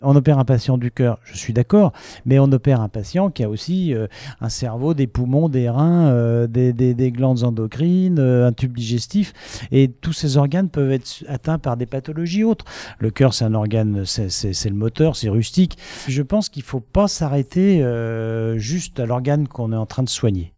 On opère un patient du cœur, je suis d'accord, mais on opère un patient qui a aussi un cerveau, des poumons, des reins, des glandes endocrines, un tube digestif, et tous ces organes peuvent être atteints par des pathologies autres. Le cœur, c'est un organe, c'est le moteur, c'est rustique. Je pense qu'il ne faut pas s'arrêter juste à l'organe qu'on est en train de soigner.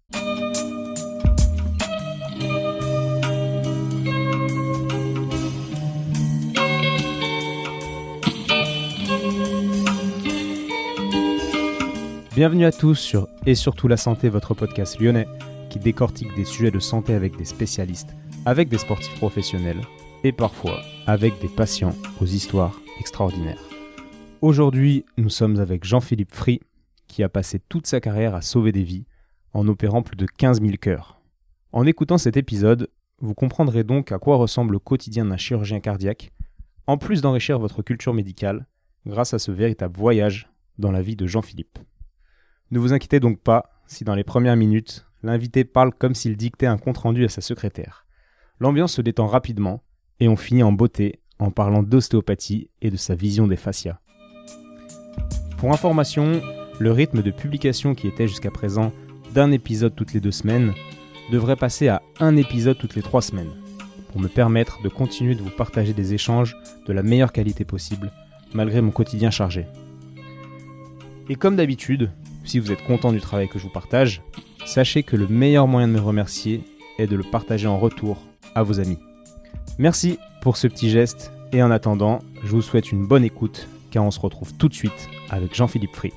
Bienvenue à tous sur Et surtout la santé, votre podcast lyonnais qui décortique des sujets de santé avec des spécialistes, avec des sportifs professionnels et parfois avec des patients aux histoires extraordinaires. Aujourd'hui, nous sommes avec Jean-Philippe Fry qui a passé toute sa carrière à sauver des vies en opérant plus de 15 000 cœurs. En écoutant cet épisode, vous comprendrez donc à quoi ressemble le quotidien d'un chirurgien cardiaque, en plus d'enrichir votre culture médicale grâce à ce véritable voyage dans la vie de Jean-Philippe. Ne vous inquiétez donc pas si dans les premières minutes, l'invité parle comme s'il dictait un compte-rendu à sa secrétaire. L'ambiance se détend rapidement et on finit en beauté en parlant d'ostéopathie et de sa vision des fascias. Pour information, le rythme de publication qui était jusqu'à présent d'un épisode toutes les 2 semaines devrait passer à un épisode toutes les 3 semaines pour me permettre de continuer de vous partager des échanges de la meilleure qualité possible malgré mon quotidien chargé. Et comme d'habitude, si vous êtes content du travail que je vous partage, sachez que le meilleur moyen de me remercier est de le partager en retour à vos amis. Merci pour ce petit geste et en attendant, je vous souhaite une bonne écoute car on se retrouve tout de suite avec Jean-Philippe Fry.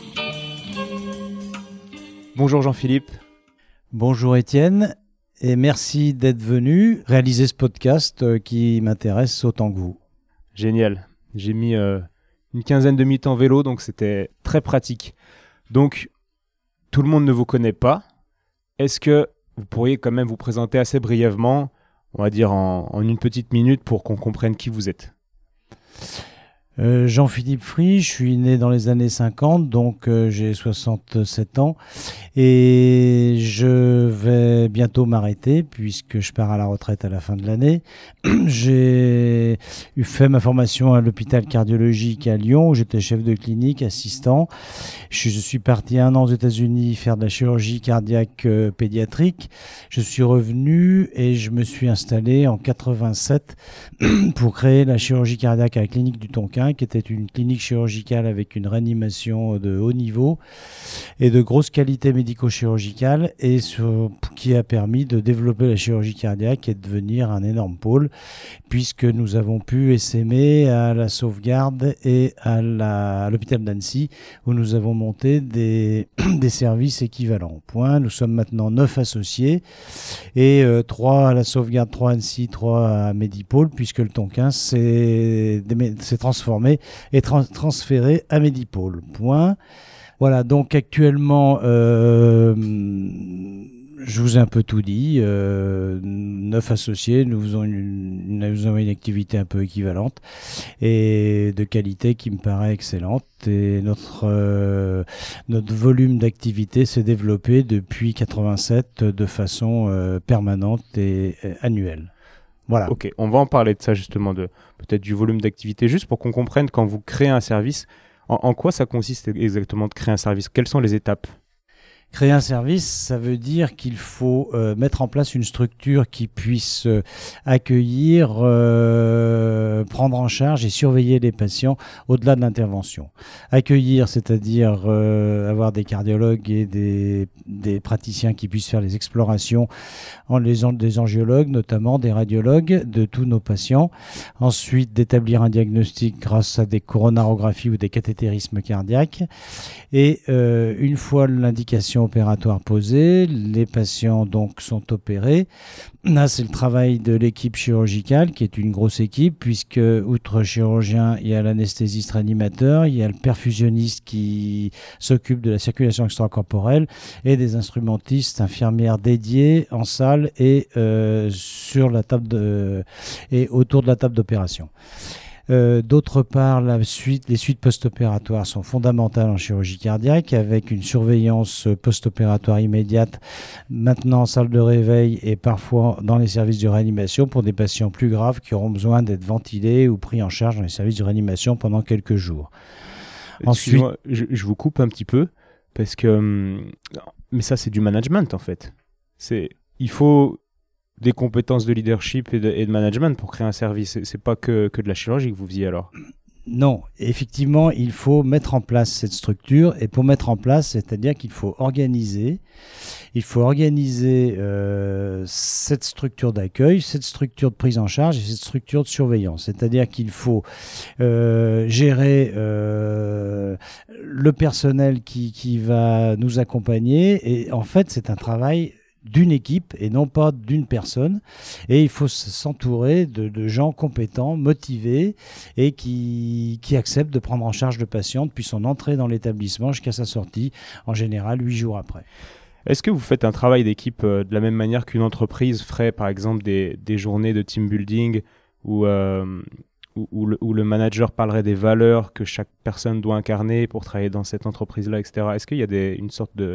Bonjour Jean-Philippe. Bonjour Étienne et merci d'être venu réaliser ce podcast qui m'intéresse autant que vous. Génial, j'ai mis une quinzaine de minutes en vélo donc c'était très pratique. Donc, tout le monde ne vous connaît pas. Est-ce que vous pourriez quand même vous présenter assez brièvement, on va dire en une petite minute pour qu'on comprenne qui vous êtes ? Jean-Philippe Fry, je suis né dans les années 50, donc j'ai 67 ans et je vais bientôt m'arrêter puisque je pars à la retraite à la fin de l'année. J'ai fait ma formation à l'hôpital cardiologique à Lyon où j'étais chef de clinique, assistant. Je suis parti 1 an aux États-Unis faire de la chirurgie cardiaque pédiatrique. Je suis revenu et je me suis installé en 87 pour créer la chirurgie cardiaque à la clinique du Tonkin, qui était une clinique chirurgicale avec une réanimation de haut niveau et de grosse qualité médico-chirurgicale et qui a permis de développer la chirurgie cardiaque et de devenir un énorme pôle puisque nous avons pu essaimer à la Sauvegarde et à l'hôpital d'Annecy où nous avons monté des services équivalents. Point. Nous sommes maintenant 9 associés et 3 à la Sauvegarde, 3 à Annecy, 3 à Medipôle puisque le Tonkin s'est transformé et transféré à Medipôle. Point. Voilà, donc actuellement, je vous ai un peu tout dit. 9 associés, nous avons une activité un peu équivalente et de qualité qui me paraît excellente. Et notre volume d'activité s'est développé depuis 87 de façon permanente et annuelle. Voilà. Ok, on va en parler de ça justement, peut-être du volume d'activité, juste pour qu'on comprenne quand vous créez un service, en quoi ça consiste exactement de créer un service ? Quelles sont les étapes ? Créer un service, ça veut dire qu'il faut mettre en place une structure qui puisse accueillir, prendre en charge et surveiller les patients au-delà de l'intervention. Accueillir, c'est-à-dire avoir des cardiologues et des praticiens qui puissent faire les explorations, des angiologues notamment, des radiologues de tous nos patients. Ensuite, d'établir un diagnostic grâce à des coronarographies ou des cathétérismes cardiaques. Et une fois l'indication opératoire posée, les patients donc sont opérés. Là, c'est le travail de l'équipe chirurgicale qui est une grosse équipe puisque outre chirurgien, il y a l'anesthésiste réanimateur, il y a le perfusionniste qui s'occupe de la circulation extracorporelle et des instrumentistes infirmières dédiés en salle et sur la table et autour de la table d'opération. D'autre part, les suites post-opératoires sont fondamentales en chirurgie cardiaque, avec une surveillance post-opératoire immédiate, maintenant en salle de réveil et parfois dans les services de réanimation pour des patients plus graves qui auront besoin d'être ventilés ou pris en charge dans les services de réanimation pendant quelques jours. Ensuite, je vous coupe un petit peu, parce que... mais ça, c'est du management, en fait. Il faut des compétences de leadership et de management pour créer un service. C'est pas que de la chirurgie que vous faisiez alors. Non, effectivement, il faut mettre en place cette structure. Et pour mettre en place, c'est-à-dire qu'il faut organiser. Il faut organiser cette structure d'accueil, cette structure de prise en charge et cette structure de surveillance. C'est-à-dire qu'il faut gérer le personnel qui va nous accompagner. Et en fait, c'est un travail d'une équipe et non pas d'une personne, et il faut s'entourer de gens compétents, motivés et qui acceptent de prendre en charge le patient depuis son entrée dans l'établissement jusqu'à sa sortie, en général 8 jours après. Est-ce que vous faites un travail d'équipe de la même manière qu'une entreprise ferait par exemple des journées de team building où le manager parlerait des valeurs que chaque personne doit incarner pour travailler dans cette entreprise-là, etc. Est-ce qu'il y a une sorte de...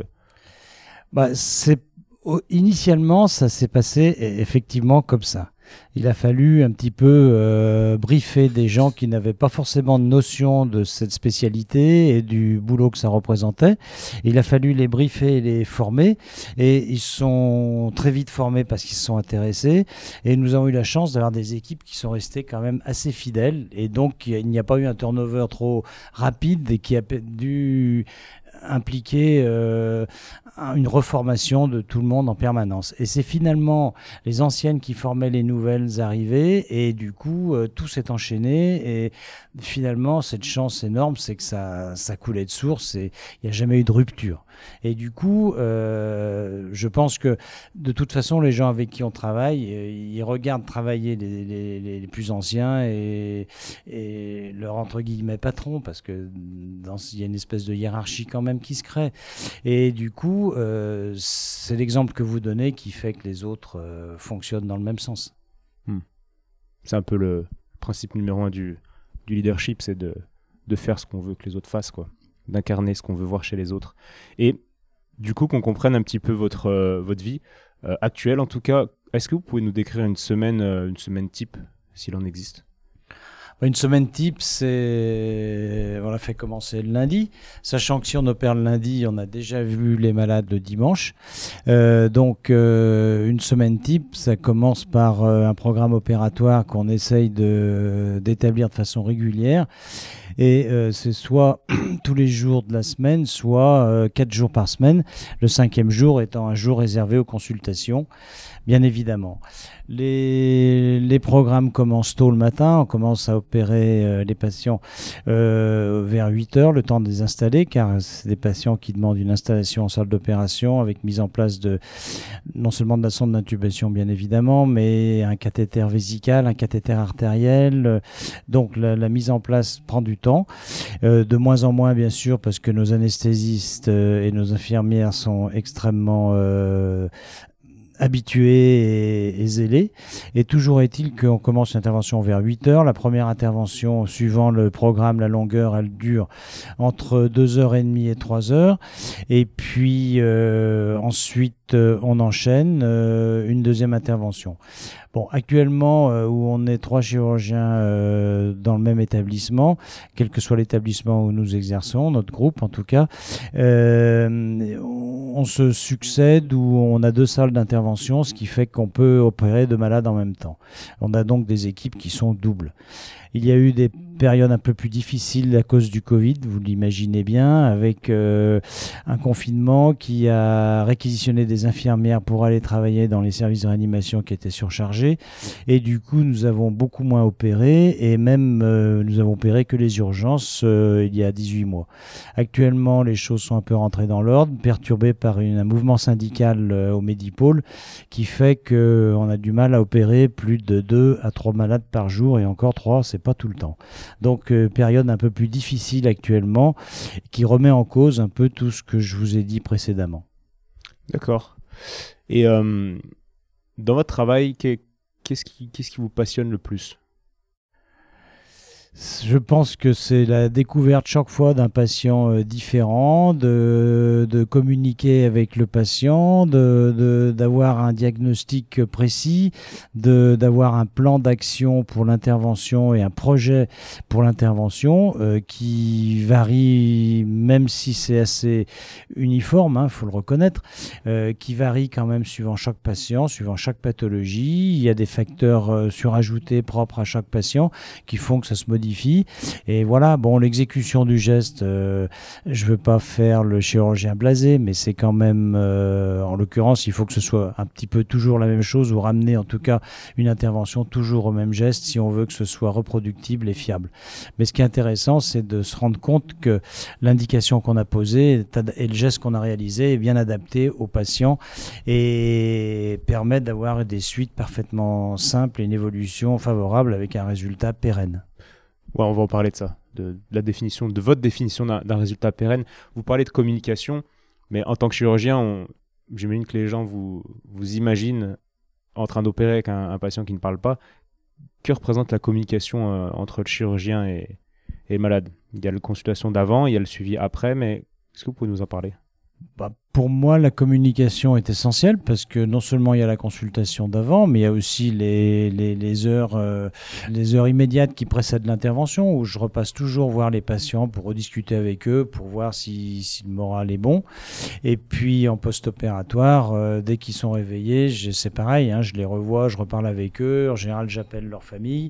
Initialement, ça s'est passé effectivement comme ça. Il a fallu un petit peu briefer des gens qui n'avaient pas forcément de notion de cette spécialité et du boulot que ça représentait. Il a fallu les briefer et les former, et ils sont très vite formés parce qu'ils se sont intéressés, et nous avons eu la chance d'avoir des équipes qui sont restées quand même assez fidèles, et donc il n'y a pas eu un turnover trop rapide et qui a dû impliquer une reformation de tout le monde en permanence. Et c'est finalement les anciennes qui formaient les nouvelles arrivées, et du coup tout s'est enchaîné, et finalement cette chance énorme, c'est que ça coulait de source et il n'y a jamais eu de rupture. Et du coup je pense que de toute façon les gens avec qui on travaille, ils regardent travailler les plus anciens et leur entre guillemets patron, parce que il y a une espèce de hiérarchie quand même qui se crée, et du coup c'est l'exemple que vous donnez qui fait que les autres fonctionnent dans le même sens. C'est un peu le principe numéro 1 du leadership, c'est de faire ce qu'on veut que les autres fassent, quoi, d'incarner ce qu'on veut voir chez les autres. Et du coup, qu'on comprenne un petit peu votre vie actuelle en tout cas, est-ce que vous pouvez nous décrire une semaine type, s'il en existe? Une semaine type, on l'a fait commencer le lundi, sachant que si on opère le lundi, on a déjà vu les malades le dimanche. Donc une semaine type, ça commence par un programme opératoire qu'on essaye d'établir de façon régulière. Et c'est soit tous les jours de la semaine, soit 4 jours par semaine, le 5e jour étant un jour réservé aux consultations, bien évidemment. Les programmes commencent tôt le matin, on commence à opérer les patients vers 8 heures, le temps de les installer, car c'est des patients qui demandent une installation en salle d'opération avec mise en place non seulement de la sonde d'intubation bien évidemment, mais un cathéter vésical, un cathéter artériel. Donc la mise en place prend du temps, de moins en moins bien sûr, parce que nos anesthésistes et nos infirmières sont extrêmement habitués et zélés. Et toujours est-il qu'on commence l'intervention vers 8 heures. La première intervention, suivant le programme, la longueur, elle dure entre 2h30 et 3h. Et puis ensuite, on enchaîne une deuxième intervention. Bon, actuellement, où on est 3 chirurgiens dans le même établissement, quel que soit l'établissement où nous exerçons, notre groupe en tout cas, on se succède, où on a 2 salles d'intervention, ce qui fait qu'on peut opérer 2 malades en même temps. On a donc des équipes qui sont doubles. Il y a eu des période un peu plus difficile à cause du Covid, vous l'imaginez bien, avec un confinement qui a réquisitionné des infirmières pour aller travailler dans les services de réanimation qui étaient surchargés, et du coup nous avons beaucoup moins opéré, et même nous avons opéré que les urgences il y a 18 mois. Actuellement les choses sont un peu rentrées dans l'ordre, perturbées par un mouvement syndical au Medipôle qui fait qu'on a du mal à opérer plus de 2 à 3 malades par jour, et encore 3 c'est pas tout le temps. Donc période un peu plus difficile actuellement, qui remet en cause un peu tout ce que je vous ai dit précédemment. D'accord. Et dans votre travail, qu'est-ce qui vous passionne le plus ? Je pense que c'est la découverte chaque fois d'un patient différent, de communiquer avec le patient, d'avoir un diagnostic précis, d'avoir un plan d'action pour l'intervention et un projet pour l'intervention qui varie, même si c'est assez uniforme, faut le reconnaître, qui varie quand même suivant chaque patient, suivant chaque pathologie. Il y a des facteurs surajoutés propres à chaque patient qui font que ça se modifie. Et voilà, l'exécution du geste, je veux pas faire le chirurgien blasé, mais c'est quand même, en l'occurrence, il faut que ce soit un petit peu toujours la même chose ou ramener en tout cas une intervention toujours au même geste si on veut que ce soit reproductible et fiable. Mais ce qui est intéressant, c'est de se rendre compte que l'indication qu'on a posée et le geste qu'on a réalisé est bien adapté au patient et permet d'avoir des suites parfaitement simples et une évolution favorable avec un résultat pérenne. Ouais, on va en parler de ça, de votre définition d'un résultat pérenne. Vous parlez de communication, mais en tant que chirurgien, j'imagine que les gens vous imaginent en train d'opérer avec un patient qui ne parle pas. Que représente la communication entre le chirurgien et le malade? Il y a la consultation d'avant, il y a le suivi après, mais est-ce que vous pouvez nous en parler? Pour moi, la communication est essentielle parce que non seulement il y a la consultation d'avant, mais il y a aussi les heures immédiates qui précèdent l'intervention où je repasse toujours voir les patients pour rediscuter avec eux, pour voir si le moral est bon. Et puis en post-opératoire, dès qu'ils sont réveillés, c'est pareil, je les revois, je reparle avec eux. En général, j'appelle leur famille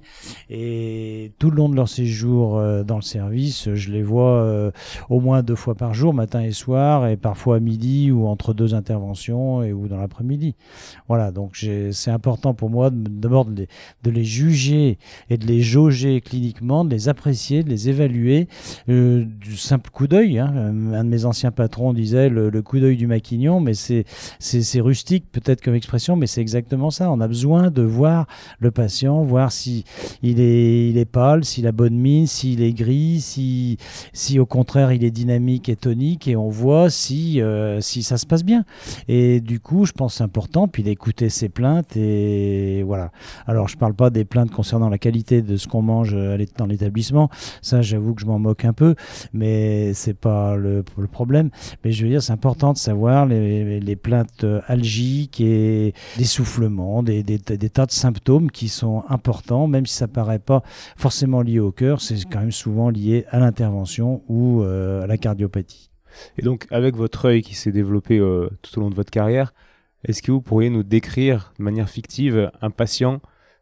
et tout le long de leur séjour dans le service, je les vois au moins 2 fois par jour, matin et soir, et parfois à midi ou entre 2 interventions ou dans l'après-midi. Voilà, donc c'est important pour moi d'abord de les juger et de les jauger cliniquement, de les apprécier, de les évaluer du simple coup d'œil. Un de mes anciens patrons disait le coup d'œil du maquignon, mais c'est rustique peut-être comme expression, mais c'est exactement ça. On a besoin de voir le patient, voir si il est pâle, s'il a bonne mine, s'il est gris, si au contraire il est dynamique et tonique, et on voit si ça se passe bien. Et du coup, je pense que c'est important, puis d'écouter ses plaintes, et voilà. Alors, je parle pas des plaintes concernant la qualité de ce qu'on mange dans l'établissement. Ça, j'avoue que je m'en moque un peu, mais c'est pas le problème. Mais je veux dire, c'est important de savoir les plaintes algiques et d'essoufflement, des tas de symptômes qui sont importants, même si ça paraît pas forcément lié au cœur, c'est quand même souvent lié à l'intervention ou à la cardiopathie. Et donc, avec votre œil qui s'est développé tout au long de votre carrière, est-ce que vous pourriez nous décrire de manière fictive un patient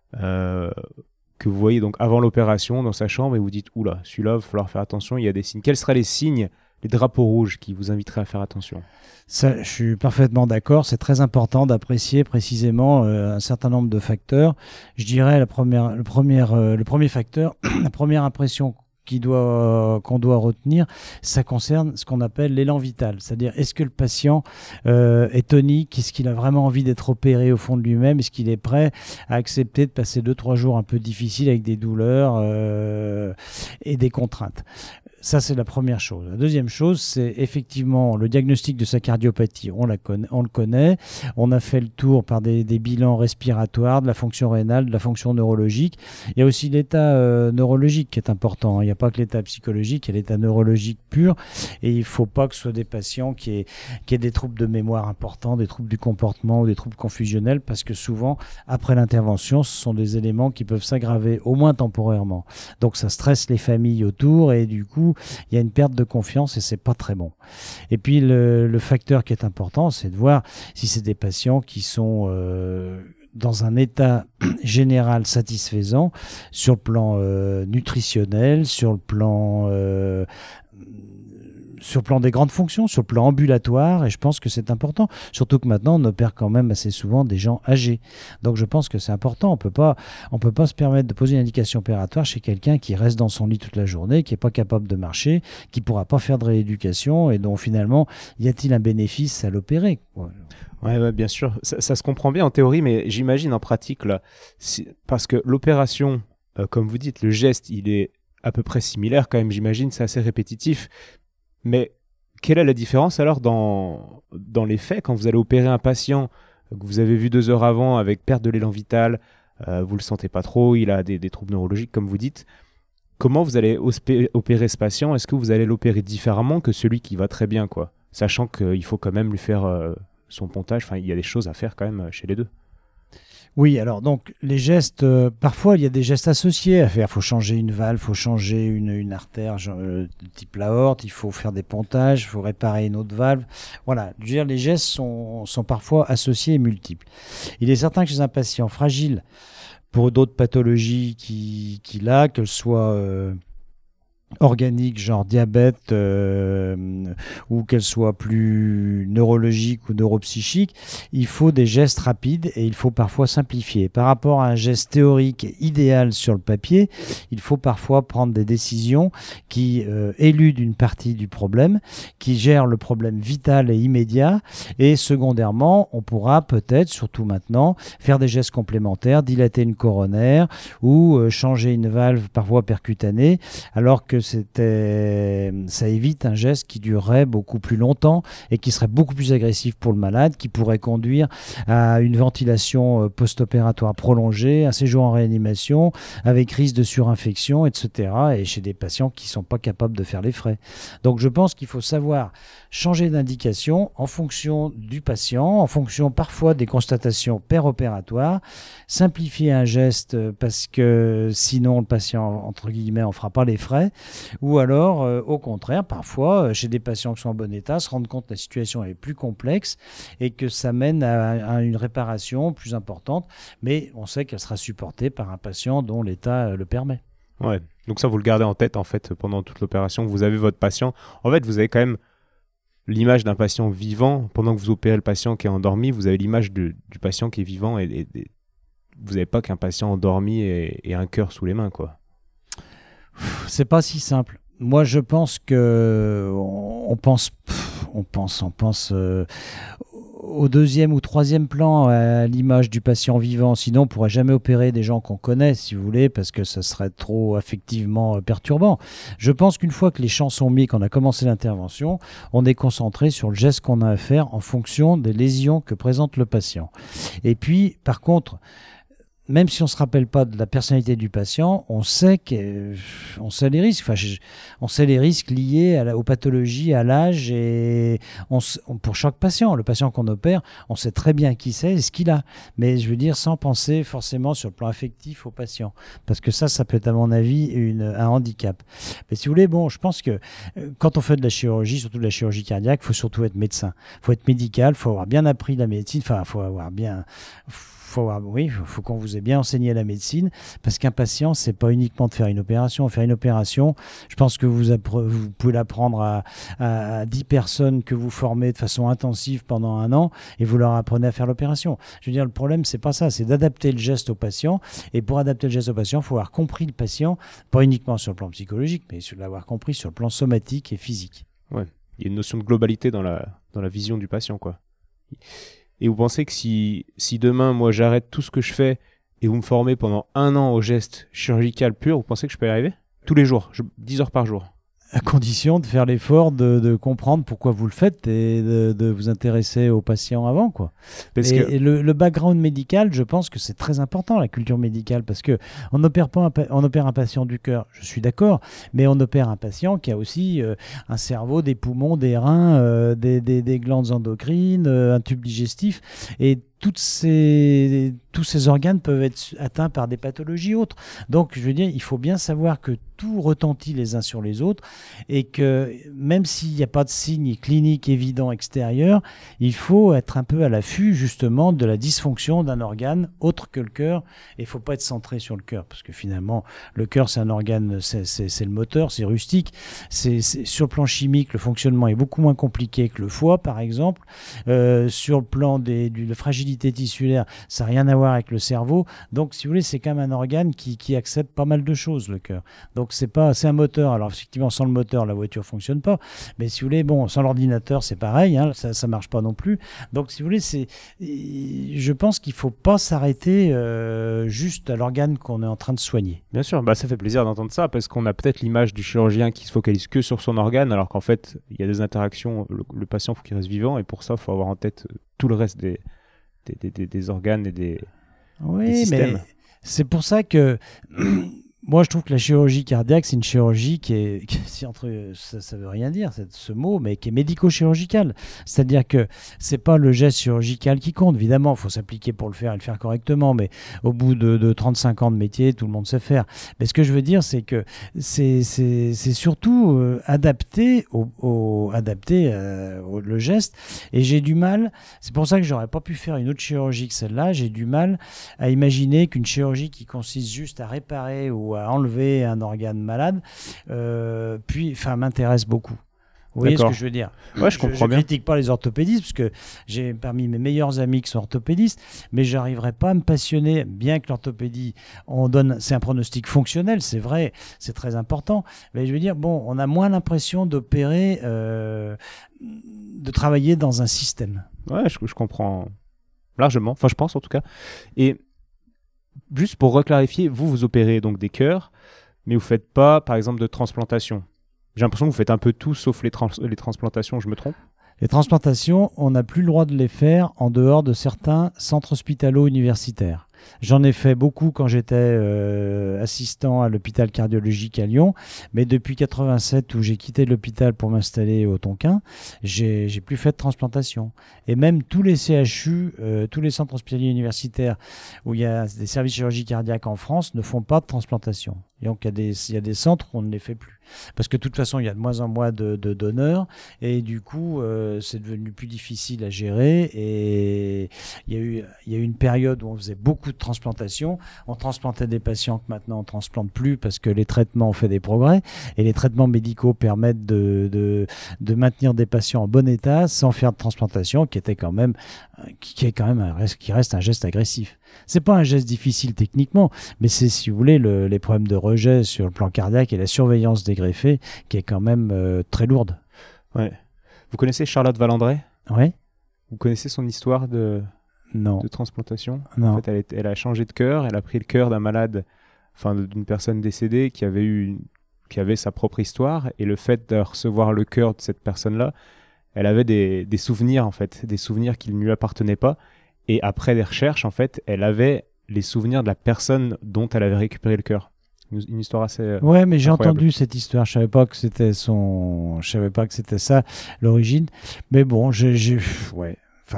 que vous voyez donc avant l'opération dans sa chambre et vous dites « Oula, celui-là, il va falloir faire attention, il y a des signes ». Quels seraient les signes, les drapeaux rouges qui vous inviteraient à faire attention? Ça, je suis parfaitement d'accord. C'est très important d'apprécier précisément un certain nombre de facteurs. Je dirais le premier facteur, la première impression qu'on doit retenir, ça concerne ce qu'on appelle l'élan vital. C'est-à-dire, est-ce que le patient est tonique? Est-ce qu'il a vraiment envie d'être opéré au fond de lui-même? Est-ce qu'il est prêt à accepter de passer 2-3 jours un peu difficiles avec des douleurs et des contraintes? Ça, c'est la première chose. La deuxième chose, c'est effectivement le diagnostic de sa cardiopathie. On le connaît. On a fait le tour par des bilans respiratoires, de la fonction rénale, de la fonction neurologique. Il y a aussi l'état neurologique qui est important. Il n'y a pas que l'état psychologique, il y a l'état neurologique pur. Et il ne faut pas que ce soit des patients qui aient des troubles de mémoire importants, des troubles du comportement ou des troubles confusionnels, parce que souvent, après l'intervention, ce sont des éléments qui peuvent s'aggraver, au moins temporairement. Donc ça stresse les familles autour et du coup, il y a une perte de confiance et c'est pas très bon. Et puis le facteur qui est important, c'est de voir si c'est des patients qui sont dans un état général satisfaisant sur le plan nutritionnel, sur le plan des grandes fonctions, sur le plan ambulatoire, et je pense que c'est important, surtout que maintenant on opère quand même assez souvent des gens âgés. Donc je pense que c'est important, on peut pas se permettre de poser une indication opératoire chez quelqu'un qui reste dans son lit toute la journée, qui est pas capable de marcher, qui pourra pas faire de rééducation, et dont finalement, y a-t-il un bénéfice à l'opérer? Ouais, bien sûr, ça se comprend bien en théorie, mais j'imagine en pratique, là, parce que l'opération, comme vous dites, le geste, il est à peu près similaire quand même, j'imagine, c'est assez répétitif. Mais quelle est la différence alors dans les faits quand vous allez opérer un patient que vous avez vu 2 heures avant avec perte de l'élan vital, vous le sentez pas trop, il a des troubles neurologiques comme vous dites. comment vous allez opérer ce patient? Est-ce que vous allez l'opérer différemment que celui qui va très bien, quoi? Sachant qu'il faut quand même lui faire son pontage. Enfin, il y a des choses à faire quand même chez les deux. Oui, alors donc les gestes, parfois il y a des gestes associés à faire. Il faut changer une valve, il faut changer une artère type l'aorte, il faut faire des pontages, il faut réparer une autre valve. Voilà, je veux dire, les gestes sont parfois associés et multiples. Il est certain que chez un patient fragile, pour d'autres pathologies qu'il a, qu'elles soient organiques, genre diabète, ou qu'elles soient plus neurologiques ou neuropsychiques, il faut des gestes rapides et il faut parfois simplifier. Par rapport à un geste théorique idéal sur le papier, il faut parfois prendre des décisions qui éludent une partie du problème, qui gèrent le problème vital et immédiat, et secondairement, on pourra peut-être, surtout maintenant, faire des gestes complémentaires, dilater une coronaire ou changer une valve parfois percutanée, alors que ça évite un geste qui durerait beaucoup plus longtemps et qui serait beaucoup plus agressif pour le malade, qui pourrait conduire à une ventilation post-opératoire prolongée, un séjour en réanimation avec risque de surinfection, etc. et chez des patients qui ne sont pas capables de faire les frais. Donc je pense qu'il faut savoir changer d'indication en fonction du patient, en fonction parfois des constatations péropératoires, simplifier un geste parce que sinon le patient, entre guillemets, en fera pas les frais, ou alors, au contraire, parfois, chez des patients qui sont en bon état, se rendre compte que la situation est plus complexe et que ça mène à une réparation plus importante, mais on sait qu'elle sera supportée par un patient dont l'état le permet. Ouais, donc ça, vous le gardez en tête, en fait, pendant toute l'opération. Vous avez votre patient. En fait, vous avez quand même l'image d'un patient vivant. Pendant que vous opérez le patient qui est endormi, vous avez l'image du patient qui est vivant et vous n'avez pas qu'un patient endormi et un cœur sous les mains, quoi. C'est pas si simple. Moi, je pense que on pense au deuxième ou troisième plan à l'image du patient vivant. Sinon, on ne pourrait jamais opérer des gens qu'on connaît, si vous voulez, parce que ça serait trop affectivement perturbant. Je pense qu'une fois que les champs sont mis, qu'on a commencé l'intervention, on est concentré sur le geste qu'on a à faire en fonction des lésions que présente le patient. Et puis, par contre, même si on ne se rappelle pas de la personnalité du patient, on sait les risques. On sait les risques liés aux pathologies, à l'âge, et pour chaque patient. Le patient qu'on opère, on sait très bien qui c'est et ce qu'il a. Mais je veux dire, sans penser forcément sur le plan affectif au patient. Parce que ça peut être, à mon avis, un handicap. Mais si vous voulez, je pense que quand on fait de la chirurgie, surtout de la chirurgie cardiaque, il faut surtout être médecin. Il faut être médical, il faut avoir bien appris la médecine, il faut avoir bien... Il faut qu'on vous ait bien enseigné la médecine, parce qu'un patient, c'est pas uniquement de faire une opération. Faire une opération, je pense que vous pouvez l'apprendre à 10 personnes que vous formez de façon intensive pendant 1 an, et vous leur apprenez à faire l'opération. Je veux dire, le problème, c'est pas ça, c'est d'adapter le geste au patient, et pour adapter le geste au patient, il faut avoir compris le patient, pas uniquement sur le plan psychologique, mais l'avoir compris sur le plan somatique et physique. Ouais, il y a une notion de globalité dans la vision du patient, quoi. Et vous pensez que si demain, moi, j'arrête tout ce que je fais et vous me formez pendant 1 an au geste chirurgical pur, vous pensez que je peux y arriver? Tous les jours, 10 heures par jour? À condition de faire l'effort de comprendre pourquoi vous le faites et de vous intéresser aux patients avant, quoi. Et le background médical, je pense que c'est très important, la culture médicale, parce que on opère un patient du cœur, je suis d'accord, mais on opère un patient qui a aussi un cerveau, des poumons, des reins, des glandes endocrines, un tube digestif, et tous ces organes peuvent être atteints par des pathologies autres. Donc, je veux dire, il faut bien savoir que tout retentit les uns sur les autres et que même s'il n'y a pas de signes cliniques évidents extérieurs, il faut être un peu à l'affût justement de la dysfonction d'un organe autre que le cœur. Et il ne faut pas être centré sur le cœur, parce que finalement, le cœur, c'est un organe, c'est le moteur, c'est rustique. Sur le plan chimique, le fonctionnement est beaucoup moins compliqué que le foie, par exemple. Sur le plan de la fragilité tissulaire, ça n'a rien à voir avec le cerveau. Donc, si vous voulez, c'est quand même un organe qui accepte pas mal de choses, le cœur. Donc, c'est un moteur. Alors, effectivement, sans le moteur, la voiture ne fonctionne pas. Mais si vous voulez, sans l'ordinateur, c'est pareil. Hein, ça ne marche pas non plus. Donc, si vous voulez, je pense qu'il ne faut pas s'arrêter juste à l'organe qu'on est en train de soigner. Bien sûr, ça fait plaisir d'entendre ça, parce qu'on a peut-être l'image du chirurgien qui se focalise que sur son organe, alors qu'en fait, il y a des interactions. Le patient, il faut qu'il reste vivant, et pour ça, il faut avoir en tête tout le reste des organes et des systèmes. Mais c'est pour ça que Moi, je trouve que la chirurgie cardiaque, c'est une chirurgie ça veut rien dire, ce mot, mais qui est médico-chirurgicale. C'est-à-dire que c'est pas le geste chirurgical qui compte. Évidemment, il faut s'appliquer pour le faire et le faire correctement, mais au bout de 35 ans de métier, tout le monde sait faire. Mais ce que je veux dire, c'est que c'est surtout adapté le geste. Et j'ai du mal, c'est pour ça que j'aurais pas pu faire une autre chirurgie que celle-là. J'ai du mal à imaginer qu'une chirurgie qui consiste juste à réparer ou à enlever un organe malade, m'intéresse beaucoup. Vous voyez ce que je veux dire? Ouais, je comprends bien. Je critique pas les orthopédistes, parce que j'ai parmi mes meilleurs amis qui sont orthopédistes, mais j'arriverai pas à me passionner, bien que l'orthopédie, c'est un pronostic fonctionnel, c'est vrai, c'est très important, mais je veux dire, bon, on a moins l'impression d'opérer, de travailler dans un système. Ouais, je comprends largement, enfin je pense en tout cas. Et juste pour reclarifier, vous opérez donc des cœurs, mais vous ne faites pas, par exemple, de transplantation. J'ai l'impression que vous faites un peu tout sauf les transplantations, je me trompe? Les transplantations, on n'a plus le droit de les faire en dehors de certains centres hospitalo-universitaires. J'en ai fait beaucoup quand j'étais assistant à l'hôpital cardiologique à Lyon, mais depuis 87 où j'ai quitté l'hôpital pour m'installer au Tonkin, j'ai plus fait de transplantation. Et même tous les CHU, tous les centres hospitaliers universitaires où il y a des services chirurgie cardiaque en France ne font pas de transplantation. Et donc il y a des centres où on ne les fait plus. Parce que de toute façon, il y a de moins en moins de donneurs et du coup, c'est devenu plus difficile à gérer. Et il y a eu une période où on faisait beaucoup de transplantation. On transplantait des patients que maintenant on ne transplante plus parce que les traitements ont fait des progrès et les traitements médicaux permettent de maintenir des patients en bon état sans faire de transplantation, qui reste un geste agressif. C'est pas un geste difficile techniquement, mais c'est, si vous voulez, les problèmes de rejet sur le plan cardiaque et la surveillance des greffés qui est quand même très lourde. Ouais. Vous connaissez Charlotte Valandré? Oui. Vous connaissez son histoire de transplantation? Non. En fait, elle a changé de cœur, elle a pris le cœur d'un malade, enfin d'une personne décédée qui avait sa propre histoire, et le fait de recevoir le cœur de cette personne-là, elle avait des souvenirs, en fait, des souvenirs qui ne lui appartenaient pas. Et après des recherches, en fait, elle avait les souvenirs de la personne dont elle avait récupéré le cœur. Une histoire assez ouais, mais j'ai incroyable. entendu cette histoire. Je savais pas que c'était ça l'origine. Mais bon, ouais. Enfin,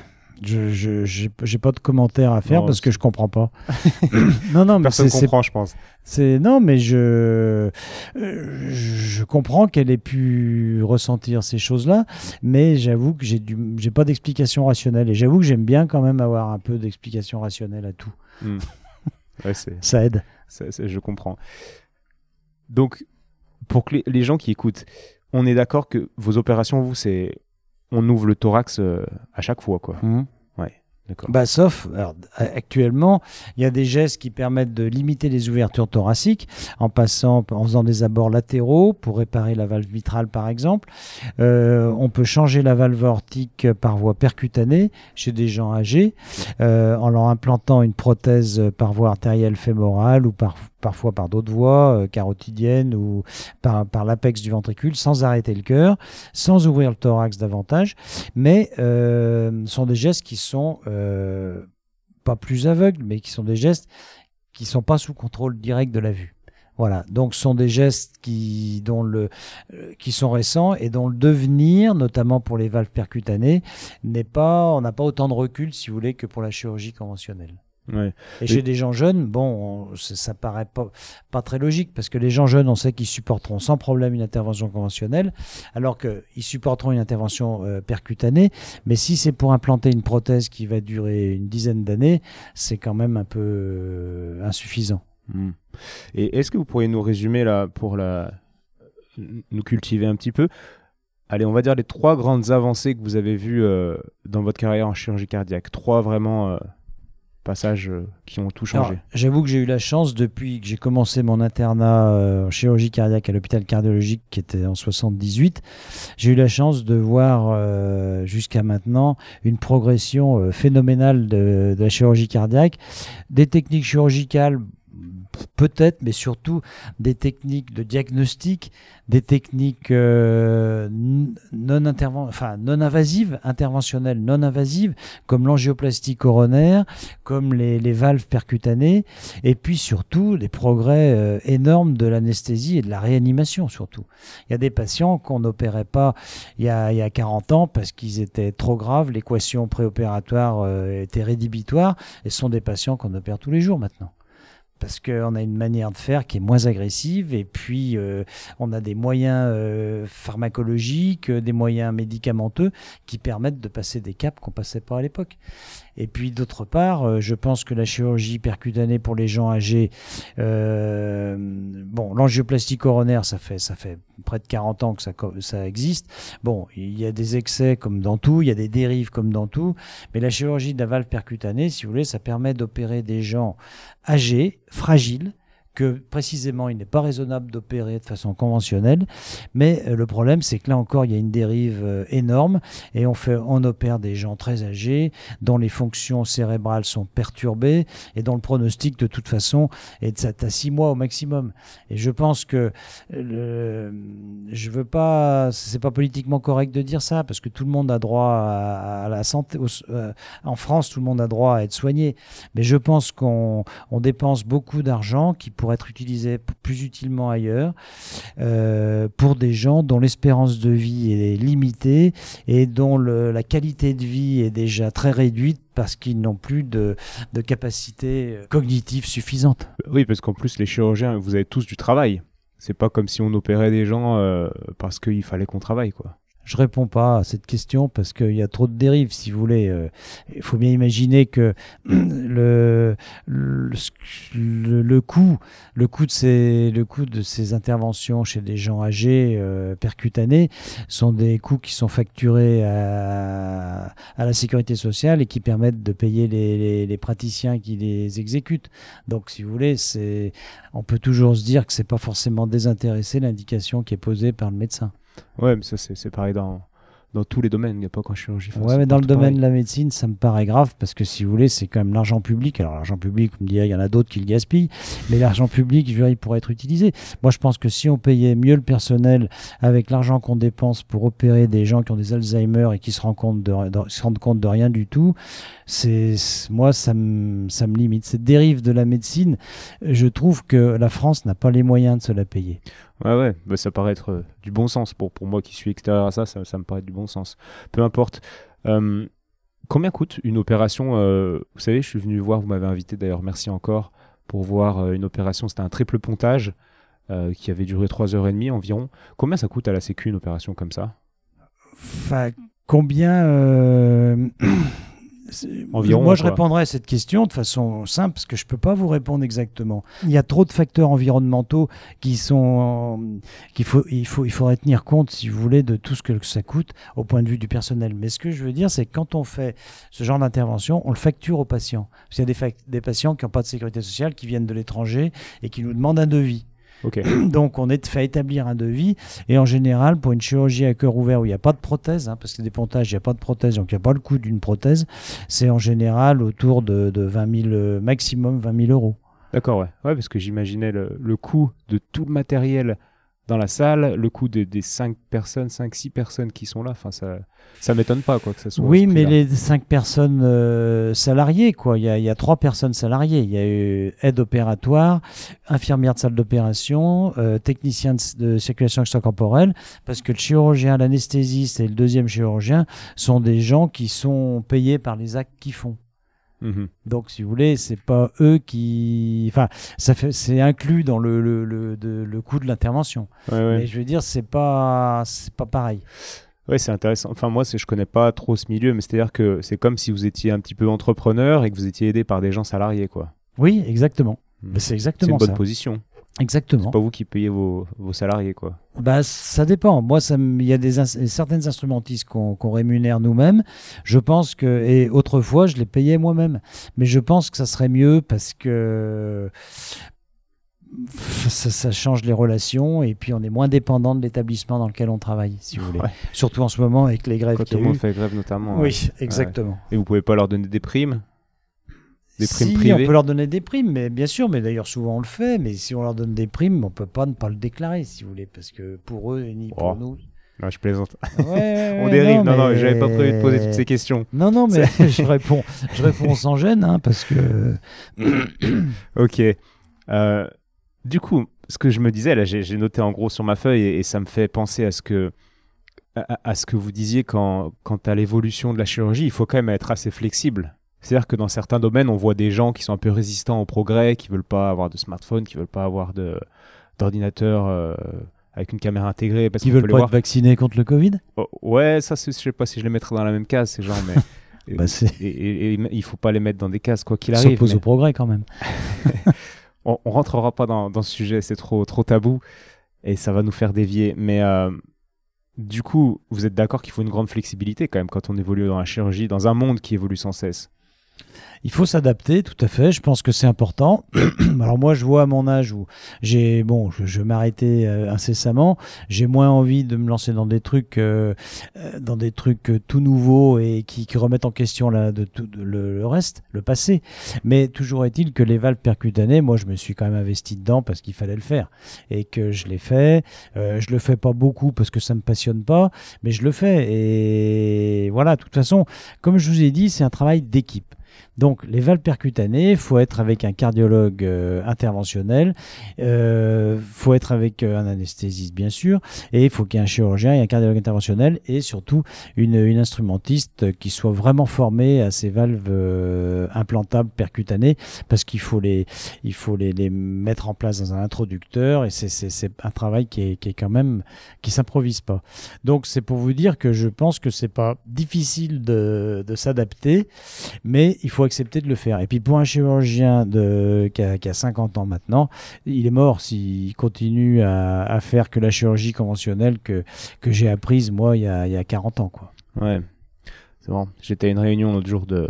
j'ai pas de commentaires à faire parce que je comprends pas. non, mais personne comprend, je pense. Non, mais je comprends qu'elle ait pu ressentir ces choses-là, mais j'avoue que j'ai pas d'explication rationnelle, et j'avoue que j'aime bien quand même avoir un peu d'explication rationnelle à tout. Ouais, ça aide. Je comprends. Donc, pour que les gens qui écoutent, on est d'accord que vos opérations, vous, on ouvre le thorax à chaque fois, quoi. Ouais, d'accord. Sauf, alors, actuellement, il y a des gestes qui permettent de limiter les ouvertures thoraciques en faisant des abords latéraux pour réparer la valve mitrale, par exemple. On peut changer la valve aortique par voie percutanée chez des gens âgés en leur implantant une prothèse par voie artérielle fémorale ou parfois par d'autres voies carotidiennes ou par l'apex du ventricule, sans arrêter le cœur, sans ouvrir le thorax davantage, mais sont des gestes qui sont pas plus aveugles, mais qui sont des gestes qui sont pas sous contrôle direct de la vue. Voilà, donc ce sont des gestes qui sont récents et dont le devenir, notamment pour les valves percutanées, on n'a pas autant de recul, si vous voulez, que pour la chirurgie conventionnelle. Ouais. Et chez des gens jeunes, ça paraît pas très logique, parce que les gens jeunes, on sait qu'ils supporteront sans problème une intervention conventionnelle, alors qu'ils supporteront une intervention percutanée, mais si c'est pour implanter une prothèse qui va durer une dizaine d'années, c'est quand même un peu insuffisant. Et est-ce que vous pourriez nous résumer là, nous cultiver un petit peu, allez, on va dire les 3 grandes avancées que vous avez vues dans votre carrière en chirurgie cardiaque, 3 vraiment passages qui ont tout changé? Alors, j'avoue que j'ai eu la chance, depuis que j'ai commencé mon internat en chirurgie cardiaque à l'hôpital cardiologique, qui était en 78, j'ai eu la chance de voir jusqu'à maintenant une progression phénoménale de la chirurgie cardiaque, des techniques chirurgicales peut-être, mais surtout des techniques de diagnostic, des techniques non invasives, interventionnelles non invasives, comme l'angioplastie coronaire, comme les valves percutanées, et puis surtout des progrès énormes de l'anesthésie et de la réanimation surtout. Il y a des patients qu'on n'opérait pas il y a 40 ans parce qu'ils étaient trop graves, l'équation préopératoire était rédhibitoire, et ce sont des patients qu'on opère tous les jours maintenant. Parce qu'on a une manière de faire qui est moins agressive, et puis on a des moyens pharmacologiques, des moyens médicamenteux qui permettent de passer des caps qu'on ne passait pas à l'époque. Et puis d'autre part, je pense que la chirurgie percutanée pour les gens âgés, l'angioplastie coronaire, ça fait près de 40 ans que ça existe. Bon, il y a des excès comme dans tout, il y a des dérives comme dans tout, mais la chirurgie de la valve percutanée, si vous voulez, ça permet d'opérer des gens âgés, fragiles, que précisément il n'est pas raisonnable d'opérer de façon conventionnelle, mais le problème c'est que là encore il y a une dérive énorme, et on opère des gens très âgés dont les fonctions cérébrales sont perturbées et dont le pronostic de toute façon est à 6 mois au maximum. Et je pense que c'est pas politiquement correct de dire ça, parce que tout le monde a droit à la santé, en France tout le monde a droit à être soigné, mais je pense qu'on dépense beaucoup d'argent qui pourrait être utilisé plus utilement ailleurs, pour des gens dont l'espérance de vie est limitée et dont la qualité de vie est déjà très réduite parce qu'ils n'ont plus de capacité cognitive suffisante. Oui, parce qu'en plus les chirurgiens, vous avez tous du travail. C'est pas comme si on opérait des gens parce qu'il fallait qu'on travaille, quoi. Je réponds pas à cette question parce qu'il y a trop de dérives, si vous voulez. Il faut bien imaginer que le coût de ces interventions chez des gens âgés percutanés sont des coûts qui sont facturés à la sécurité sociale et qui permettent de payer les praticiens qui les exécutent. Donc, si vous voulez, on peut toujours se dire que c'est pas forcément désintéressé l'indication qui est posée par le médecin. Ouais, mais ça c'est pareil dans tous les domaines, il n'y a pas qu'en chirurgie. Ouais, mais dans le domaine de la médecine, ça me paraît grave parce que si vous voulez, c'est quand même l'argent public. Alors l'argent public, vous me direz, il y en a d'autres qui le gaspillent, mais l'argent public, je veux dire, il pourrait être utilisé. Moi, je pense que si on payait mieux le personnel avec l'argent qu'on dépense pour opérer des gens qui ont des Alzheimer et qui se rendent compte de rien du tout, moi, ça me limite. Cette dérive de la médecine, je trouve que la France n'a pas les moyens de se la payer. Ouais, bah, ça paraît être du bon sens. Pour moi qui suis extérieur à ça me paraît du bon sens. Peu importe. Combien coûte une opération Vous savez, je suis venu voir, vous m'avez invité d'ailleurs, merci encore, pour voir une opération. C'était un triple pontage qui avait duré 3h30 environ. Combien ça coûte à la Sécu une opération comme ça ? Enfin, combien environ, moi, je répondrai à cette question de façon simple parce que je ne peux pas vous répondre exactement. Il y a trop de facteurs environnementaux il faudrait tenir compte, si vous voulez, de tout ce que ça coûte au point de vue du personnel. Mais ce que je veux dire, c'est que quand on fait ce genre d'intervention, on le facture aux patients. Parce qu'il y a des patients qui n'ont pas de sécurité sociale, qui viennent de l'étranger et qui nous demandent un devis. Okay. Donc on est fait établir un devis, et en général pour une chirurgie à cœur ouvert où il n'y a pas de prothèse, parce que des pontages il n'y a pas de prothèse, donc il n'y a pas le coût d'une prothèse, c'est en général autour de 20 000, maximum 20 000 euros. D'accord, ouais, parce que j'imaginais le coût de tout le matériel dans la salle, le coût des 5-6 personnes qui sont là, enfin ça m'étonne pas quoi que ça soit. Oui, mais les 5 personnes salariées, quoi. Il y a 3 personnes salariées. Il y a eu aide opératoire, infirmière de salle d'opération, technicien de circulation extracorporelle, parce que le chirurgien, l'anesthésiste et le deuxième chirurgien sont des gens qui sont payés par les actes qu'ils font. Donc, si vous voulez, c'est pas eux qui. Enfin, c'est inclus dans le coût de l'intervention. Ouais. Mais je veux dire, c'est pas pareil. Ouais, c'est intéressant. Enfin, moi, je connais pas trop ce milieu, mais c'est-à-dire que c'est comme si vous étiez un petit peu entrepreneur et que vous étiez aidé par des gens salariés, quoi. Oui, exactement. C'est exactement ça. C'est une bonne position. Exactement. C'est pas vous qui payez vos salariés, quoi. Ça dépend. Moi, il y a certaines instrumentistes qu'on rémunère nous-mêmes. Je pense que, et autrefois, je les payais moi-même. Mais je pense que ça serait mieux parce que ça change les relations et puis on est moins dépendant de l'établissement dans lequel on travaille, si vous voulez. Ouais. Surtout en ce moment avec les grèves. Quand tout le monde fait grève, notamment. Oui, exactement. Et vous pouvez pas leur donner des primes ? Des primes Si, privées? on peut leur donner des primes, mais bien sûr, mais d'ailleurs souvent on le fait, mais si on leur donne des primes, on peut pas ne pas le déclarer, si vous voulez, parce que pour eux, ni pour Oh. nous... Non, je plaisante. Ouais, On dérive. Non, mais- j'avais pas prévu de poser toutes ces questions. Non, mais je réponds sans gêne, hein, parce que... Ok. Du coup, ce que je me disais, là, j'ai noté en gros sur ma feuille et ça me fait penser à ce que, à ce que vous disiez quant à l'évolution de la chirurgie. Il faut quand même être assez flexible. C'est-à-dire que dans certains domaines, on voit des gens qui sont un peu résistants au progrès, qui veulent pas avoir de smartphone, qui veulent pas avoir d'ordinateur avec une caméra intégrée parce Qui qu'on veulent peut les pas voir. être vaccinés contre le Covid? Oh, ouais, ça, je sais pas si je les mettrais dans la même case, ces gens, mais Bah, et il faut pas les mettre dans des cases quoi qu'il Ils arrive. s'opposent mais au progrès quand même. on rentrera pas dans ce sujet, c'est trop tabou et ça va nous faire dévier. Mais du coup, vous êtes d'accord qu'il faut une grande flexibilité quand même quand on évolue dans la chirurgie, dans un monde qui évolue sans cesse. Il faut s'adapter, tout à fait. Je pense que c'est important. Alors moi, je vois à mon âge où je m'arrêtais incessamment. J'ai moins envie de me lancer dans des trucs tout nouveaux et qui remettent en question le reste, le passé. Mais toujours est-il que les valves percutanées, moi, je me suis quand même investi dedans parce qu'il fallait le faire et que je l'ai fait. Je le fais pas beaucoup parce que ça me passionne pas, mais je le fais. Et voilà, de toute façon, comme je vous ai dit, c'est un travail d'équipe. Donc, les valves percutanées, il faut être avec un cardiologue interventionnel, faut être avec un anesthésiste, bien sûr, et il faut qu'il y ait un chirurgien et un cardiologue interventionnel, et surtout une instrumentiste qui soit vraiment formée à ces valves implantables percutanées, parce qu'il faut les mettre en place dans un introducteur, et c'est un travail qui est quand même, qui s'improvise pas. Donc, c'est pour vous dire que je pense que c'est pas difficile de s'adapter, mais il faut accepter de le faire. Et puis pour un chirurgien qui a 50 ans maintenant, il est mort s'il continue à faire que la chirurgie conventionnelle que j'ai apprise moi il y a 40 ans. Quoi. Ouais, c'est bon. J'étais à une réunion l'autre jour de...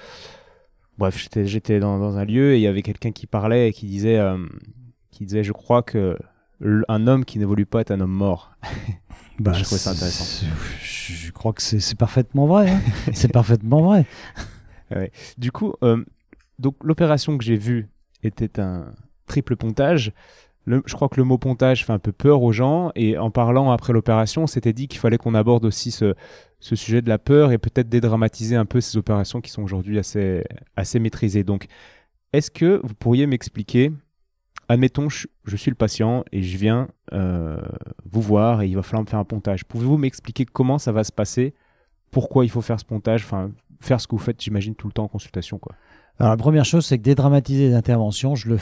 Bref, j'étais dans un lieu et il y avait quelqu'un qui parlait et qui disait je crois que un homme qui n'évolue pas est un homme mort. Bah, je trouvais ça intéressant. Je crois que c'est parfaitement vrai. Hein. C'est parfaitement vrai. Ouais. Du coup, donc l'opération que j'ai vue était un triple pontage. Je crois que le mot pontage fait un peu peur aux gens et en parlant après l'opération, on s'était dit qu'il fallait qu'on aborde aussi ce sujet de la peur et peut-être dédramatiser un peu ces opérations qui sont aujourd'hui assez maîtrisées. Donc, est-ce que vous pourriez m'expliquer, admettons, je suis le patient et je viens vous voir et il va falloir me faire un pontage. Pouvez-vous m'expliquer comment ça va se passer? Pourquoi il faut faire ce pontage? Enfin, faire ce que vous faites, j'imagine, tout le temps en consultation, quoi. Alors la première chose, c'est que dédramatiser les interventions, je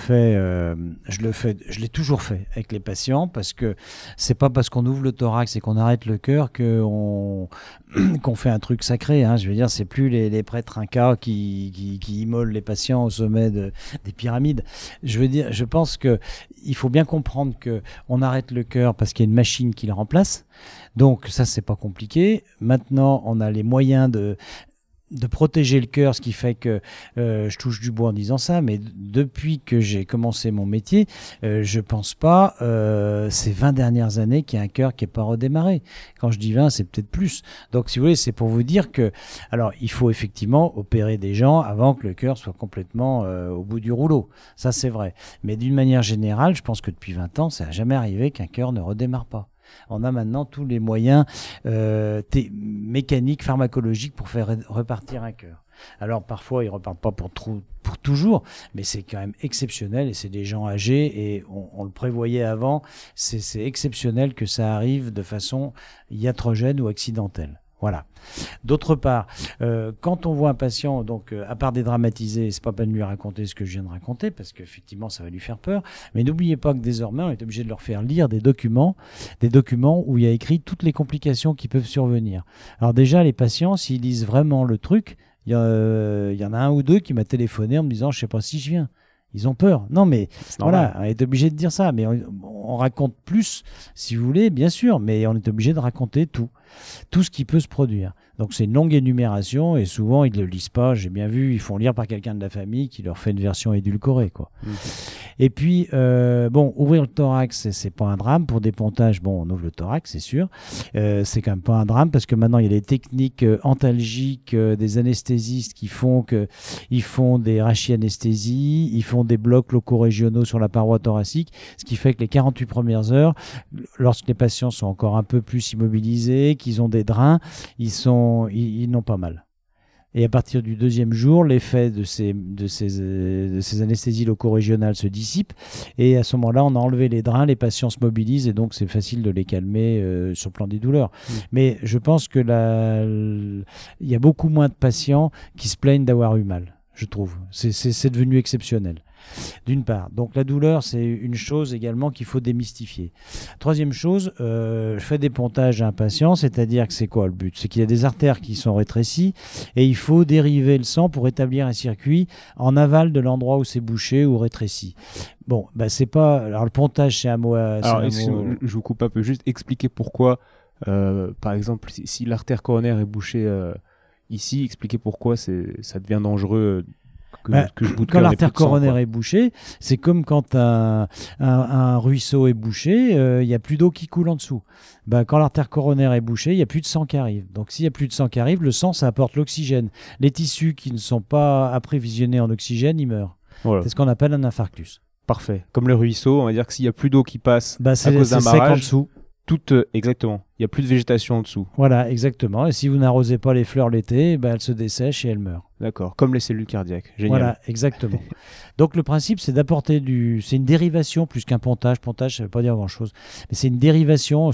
l'ai toujours fait avec les patients parce que c'est pas parce qu'on ouvre le thorax et qu'on arrête le cœur qu'on fait un truc sacré. Hein. Je veux dire, c'est plus les prêtres incas qui immolent les patients au sommet des pyramides. Je veux dire, je pense que il faut bien comprendre que on arrête le cœur parce qu'il y a une machine qui le remplace. Donc ça, c'est pas compliqué. Maintenant, on a les moyens de protéger le cœur, ce qui fait que je touche du bois en disant ça, mais depuis que j'ai commencé mon métier, je pense pas ces 20 dernières années qu'il y a un cœur qui n'est pas redémarré. Quand je dis 20, c'est peut-être plus. Donc si vous voulez, c'est pour vous dire que alors il faut effectivement opérer des gens avant que le cœur soit complètement au bout du rouleau. Ça c'est vrai. Mais d'une manière générale, je pense que depuis 20 ans, ça n'a jamais arrivé qu'un cœur ne redémarre pas. On a maintenant tous les moyens mécaniques, pharmacologiques pour faire repartir un cœur. Alors parfois, ils ne repartent pas pour toujours, mais c'est quand même exceptionnel et c'est des gens âgés et on le prévoyait avant. C'est exceptionnel que ça arrive de façon iatrogène ou accidentelle. Voilà. D'autre part, quand on voit un patient, donc à part dédramatiser, c'est pas peine de lui raconter ce que je viens de raconter, parce qu'effectivement ça va lui faire peur, mais n'oubliez pas que désormais on est obligé de leur faire lire des documents où il y a écrit toutes les complications qui peuvent survenir. Alors déjà, les patients, s'ils lisent vraiment le truc, il y en a un ou deux qui m'a téléphoné en me disant « je sais pas si je viens ». Ils ont peur. Non, mais voilà, on est obligé de dire ça. Mais on raconte plus, si vous voulez, bien sûr, mais on est obligé de raconter tout ce qui peut se produire. Donc c'est une longue énumération et souvent ils ne le lisent pas. J'ai bien vu, ils font lire par quelqu'un de la famille qui leur fait une version édulcorée, quoi. Et puis, ouvrir le thorax, c'est pas un drame. Pour des pontages, on ouvre le thorax, c'est sûr. C'est quand même pas un drame parce que maintenant il y a des techniques antalgiques, des anesthésistes qui font ils font des rachianesthésies, ils font des blocs locaux régionaux sur la paroi thoracique, ce qui fait que les 48 premières heures, lorsque les patients sont encore un peu plus immobilisés, qu'ils ont des drains, ils n'ont pas mal. Et à partir du deuxième jour, l'effet de ces anesthésies locaux-régionales se dissipe. Et à ce moment-là, on a enlevé les drains, les patients se mobilisent et donc c'est facile de les calmer sur le plan des douleurs. Mais je pense que il y a beaucoup moins de patients qui se plaignent d'avoir eu mal, je trouve. C'est devenu exceptionnel. D'une part. Donc la douleur, c'est une chose également qu'il faut démystifier. Troisième chose, je fais des pontages à un patient, c'est-à-dire que c'est quoi le but ? C'est qu'il y a des artères qui sont rétrécies et il faut dériver le sang pour établir un circuit en aval de l'endroit où c'est bouché ou rétréci. Bon, c'est pas... Alors le pontage, c'est un mot... Je vous coupe un peu, juste expliquer pourquoi, par exemple, si l'artère coronaire est bouchée ici, expliquer pourquoi ça devient dangereux... Quand l'artère coronaire est bouchée, c'est comme quand un ruisseau est bouché, il n'y a plus d'eau qui coule en dessous. Quand l'artère coronaire est bouchée, il n'y a plus de sang qui arrive. Donc s'il n'y a plus de sang qui arrive, le sang, ça apporte l'oxygène. Les tissus qui ne sont pas approvisionnés en oxygène, ils meurent. Voilà. C'est ce qu'on appelle un infarctus. Parfait. Comme le ruisseau, on va dire que s'il n'y a plus d'eau qui passe à cause d'un barrage... C'est sec en dessous. Exactement. Il n'y a plus de végétation en dessous. Voilà, exactement. Et si vous n'arrosez pas les fleurs l'été, elles se dessèchent et elles meurent. D'accord, comme les cellules cardiaques. Génial. Voilà, exactement. Donc le principe, c'est d'apporter c'est une dérivation plus qu'un pontage. Pontage, ça ne veut pas dire grand-chose. Mais c'est une dérivation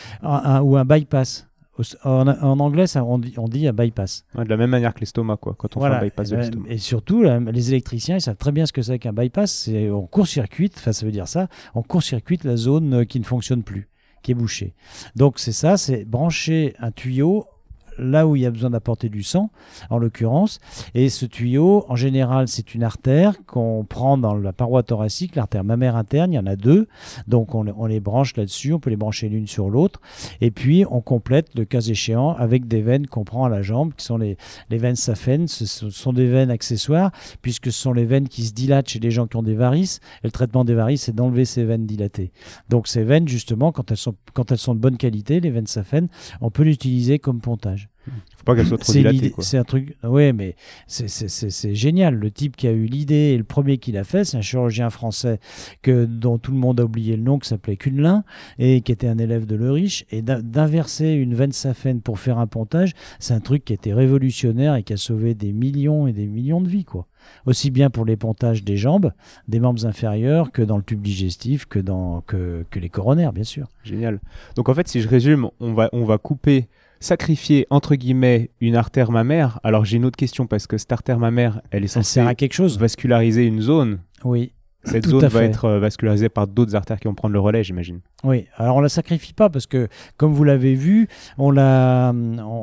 ou un bypass. En anglais, on dit un bypass. Ouais, de la même manière que l'estomac, quoi, quand on fait un bypass de l'estomac. Et surtout, les électriciens, ils savent très bien ce que c'est qu'un bypass. On court-circuite, ça veut dire ça, on court-circuite la zone qui ne fonctionne plus, qui est bouchée. Donc c'est ça, c'est brancher un tuyau là où il y a besoin d'apporter du sang, en l'occurrence. Et ce tuyau, en général, c'est une artère qu'on prend dans la paroi thoracique, l'artère mammaire interne, il y en a deux. Donc on les branche là-dessus, on peut les brancher l'une sur l'autre. Et puis on complète, le cas échéant, avec des veines qu'on prend à la jambe, qui sont les veines saphènes. Ce sont des veines accessoires, puisque ce sont les veines qui se dilatent chez les gens qui ont des varices. Et le traitement des varices, c'est d'enlever ces veines dilatées. Donc ces veines, justement, quand elles sont de bonne qualité, les veines saphènes, on peut l'utiliser comme pontage. Faut pas qu'elle soit trop dilatée, quoi. C'est un truc, oui, mais c'est génial. Le type qui a eu l'idée et le premier qui l'a fait, c'est un chirurgien français dont tout le monde a oublié le nom, qui s'appelait Kuhnlin et qui était un élève de Le Riche. Et d'inverser une veine saphène pour faire un pontage, c'est un truc qui était révolutionnaire et qui a sauvé des millions et des millions de vies, quoi. Aussi bien pour les pontages des jambes, des membres inférieurs, que dans le tube digestif, que les coronaires, bien sûr. Génial. Donc en fait, si je résume, on va sacrifier, entre guillemets, une artère mammaire. Alors j'ai une autre question, parce que cette artère mammaire, elle est censée sert à quelque chose. Vasculariser une zone. Oui. Cette zone va être vascularisée par d'autres artères qui vont prendre le relais, j'imagine. Oui, alors on la sacrifie pas parce que, comme vous l'avez vu, on la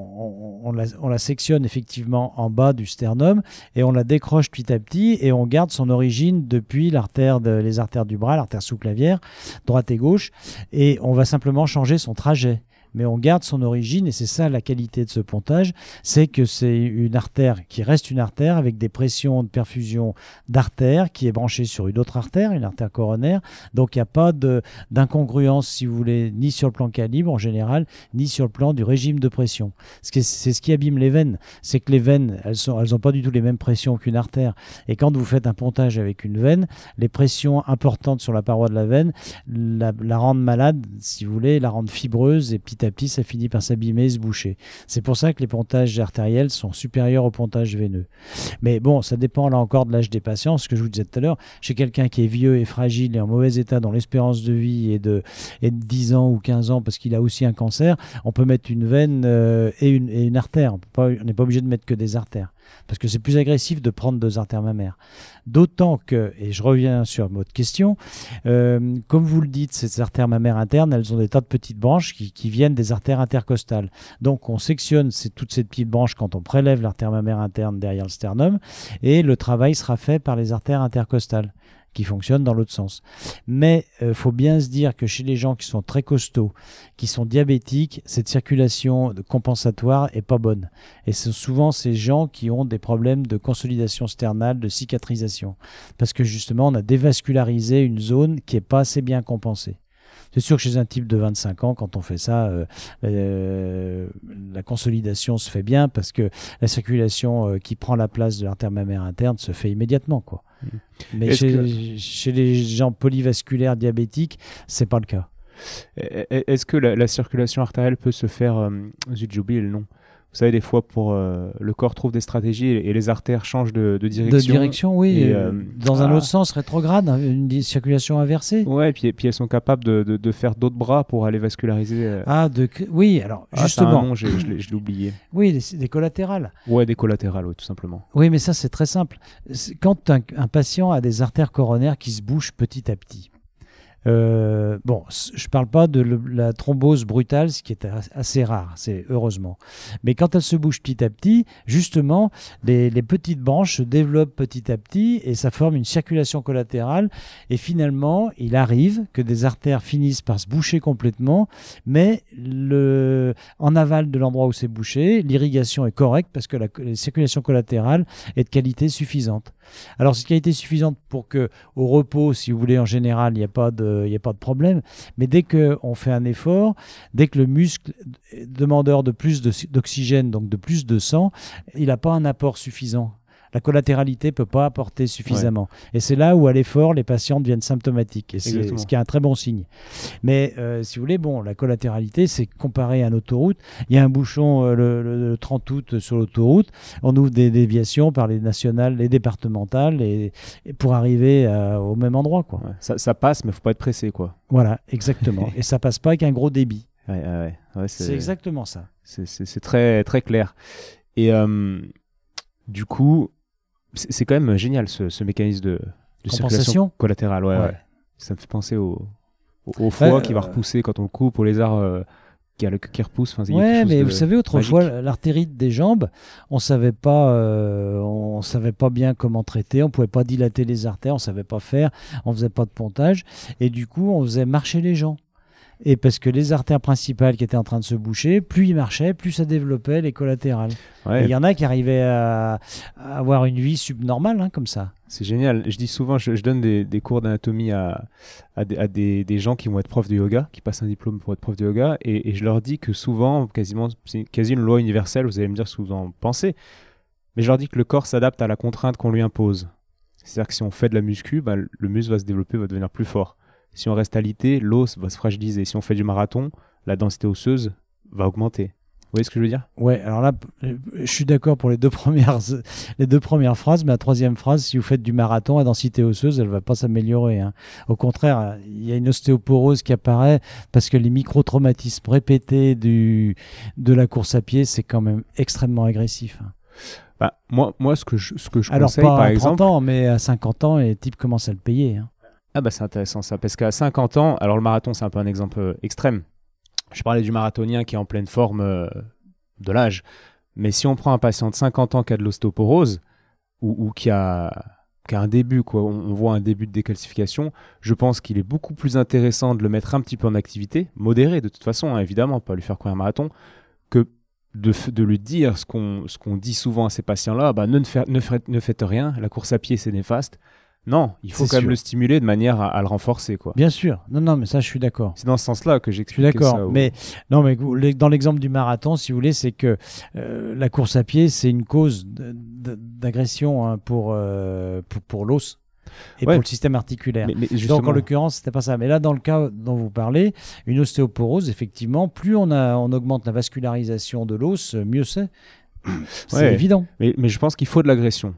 sectionne effectivement en bas du sternum et on la décroche petit à petit et on garde son origine depuis les artères du bras, l'artère sous-clavière, droite et gauche, et on va simplement changer son trajet. Mais on garde son origine et c'est ça la qualité de ce pontage, c'est que c'est une artère qui reste une artère avec des pressions de perfusion d'artère qui est branchée sur une autre artère, une artère coronaire. Donc il n'y a pas d'incongruence, si vous voulez, ni sur le plan calibre en général, ni sur le plan du régime de pression. C'est ce qui abîme les veines, c'est que les veines, elles n'ont pas du tout les mêmes pressions qu'une artère. Et quand vous faites un pontage avec une veine, les pressions importantes sur la paroi de la veine la rendent malade, si vous voulez, la rendent fibreuse et petit à petit, ça finit par s'abîmer et se boucher. C'est pour ça que les pontages artériels sont supérieurs aux pontages veineux. Mais bon, ça dépend là encore de l'âge des patients. Ce que je vous disais tout à l'heure, chez quelqu'un qui est vieux et fragile et en mauvais état, dont l'espérance de vie est de 10 ans ou 15 ans parce qu'il a aussi un cancer, on peut mettre une veine et une artère. On n'est pas obligé de mettre que des artères. Parce que c'est plus agressif de prendre 2 artères mammaires. D'autant que, et je reviens sur votre question, comme vous le dites, ces artères mammaires internes, elles ont des tas de petites branches qui viennent des artères intercostales. Donc on sectionne toutes ces petites branches quand on prélève l'artère mammaire interne derrière le sternum, et le travail sera fait par les artères intercostales, qui fonctionne dans l'autre sens. Mais faut bien se dire que chez les gens qui sont très costauds, qui sont diabétiques, cette circulation compensatoire est pas bonne. Et c'est souvent ces gens qui ont des problèmes de consolidation sternale, de cicatrisation. Parce que justement, on a dévascularisé une zone qui n'est pas assez bien compensée. C'est sûr que chez un type de 25 ans, quand on fait ça, la consolidation se fait bien parce que la circulation qui prend la place de l'artère mammaire interne se fait immédiatement, quoi. Mais chez les gens polyvasculaires diabétiques, c'est pas le cas. Est-ce que la circulation artérielle peut se faire... Zut, j'ai oublié le nom. Vous savez, des fois, le corps trouve des stratégies et les artères changent de direction. De direction, oui. Et, dans un autre sens, rétrograde, une circulation inversée. Ouais, et puis elles sont capables de faire d'autres bras pour aller vasculariser. Oui, alors justement. Ça a un nom, je l'ai oublié. Oui, des collatérales. Ouais, des collatérales, oui, tout simplement. Oui, mais ça, c'est très simple. Quand un patient a des artères coronaires qui se bougent petit à petit, je ne parle pas de la thrombose brutale, ce qui est assez rare, c'est heureusement. Mais quand elle se bouge petit à petit, justement, les petites branches se développent petit à petit et ça forme une circulation collatérale. Et finalement, il arrive que des artères finissent par se boucher complètement, mais en aval de l'endroit où c'est bouché, l'irrigation est correcte parce que la circulation collatérale est de qualité suffisante. Alors, c'est de qualité suffisante pour que, au repos, si vous voulez, en général, il n'y a pas de problème. Mais dès qu'on fait un effort, dès que le muscle est demandeur de plus d'oxygène, donc de plus de sang, il n'a pas un apport suffisant. La collatéralité ne peut pas apporter suffisamment. Ouais. Et c'est là où, à l'effort, les patients deviennent symptomatiques. Et c'est ce qui est un très bon signe. Mais si vous voulez, la collatéralité, c'est comparé à une autoroute. Il y a un bouchon le 30 août sur l'autoroute. On ouvre des déviations par les nationales, les départementales, et pour arriver au même endroit, quoi. Ouais, ça passe, mais il ne faut pas être pressé, quoi. Voilà, exactement. Et ça ne passe pas avec un gros débit. Ouais, c'est exactement ça. C'est très, très clair. Et du coup... C'est quand même génial ce mécanisme de circulation collatérale. Ouais. Ça me fait penser au foie qui va repousser quand on le coupe, au lézard qui repousse. Enfin, mais vous savez, autrefois, l'artérite des jambes, on savait pas bien comment traiter, on pouvait pas dilater les artères, on savait pas faire, on faisait pas de pontage, et du coup, on faisait marcher les gens. Et parce que les artères principales qui étaient en train de se boucher, plus ils marchaient, plus ça développait les collatérales. Ouais. Et il y en a qui arrivaient à avoir une vie subnormale, comme ça. C'est génial. Je dis souvent, je donne des cours d'anatomie à des gens qui vont être profs de yoga, qui passent un diplôme pour être prof de yoga, et je leur dis que souvent, c'est quasi une loi universelle, vous allez me dire ce que vous en pensez, mais je leur dis que le corps s'adapte à la contrainte qu'on lui impose. C'est-à-dire que si on fait de la muscu, le muscle va se développer, va devenir plus fort. Si on reste alité, l'os va se fragiliser. Si on fait du marathon, la densité osseuse va augmenter. Vous voyez ce que je veux dire ? Ouais, alors là, je suis d'accord pour les deux premières phrases, mais la troisième phrase, si vous faites du marathon, la densité osseuse, elle ne va pas s'améliorer. Au contraire, il y a une ostéoporose qui apparaît parce que les micro-traumatismes répétés de la course à pied, c'est quand même extrêmement agressif. Moi, ce que je alors, conseille, par par exemple... exemple... Alors, pas à 30 ans, mais à 50 ans, les types commencent à le payer. C'est intéressant ça, parce qu'à 50 ans, alors le marathon c'est un peu un exemple extrême. Je parlais du marathonien qui est en pleine forme de l'âge, mais si on prend un patient de 50 ans qui a de l'ostéoporose ou qui a un début, quoi, on voit un début de décalcification, je pense qu'il est beaucoup plus intéressant de le mettre un petit peu en activité, modérée de toute façon, évidemment, pas lui faire courir un marathon, que de lui dire ce qu'on dit souvent à ces patients-là, ne faites rien, la course à pied c'est néfaste. Non, il faut quand même le stimuler de manière à le renforcer, quoi. Bien sûr. Non, mais ça, je suis d'accord. C'est dans ce sens-là que j'explique ça. Je suis d'accord. Mais dans l'exemple du marathon, si vous voulez, c'est que la course à pied, c'est une cause d'agression pour l'os et pour le système articulaire. Mais donc, en l'occurrence, c'était pas ça. Mais là, dans le cas dont vous parlez, une ostéoporose, effectivement, plus on augmente la vascularisation de l'os, mieux c'est. C'est évident. Mais je pense qu'il faut de l'agression.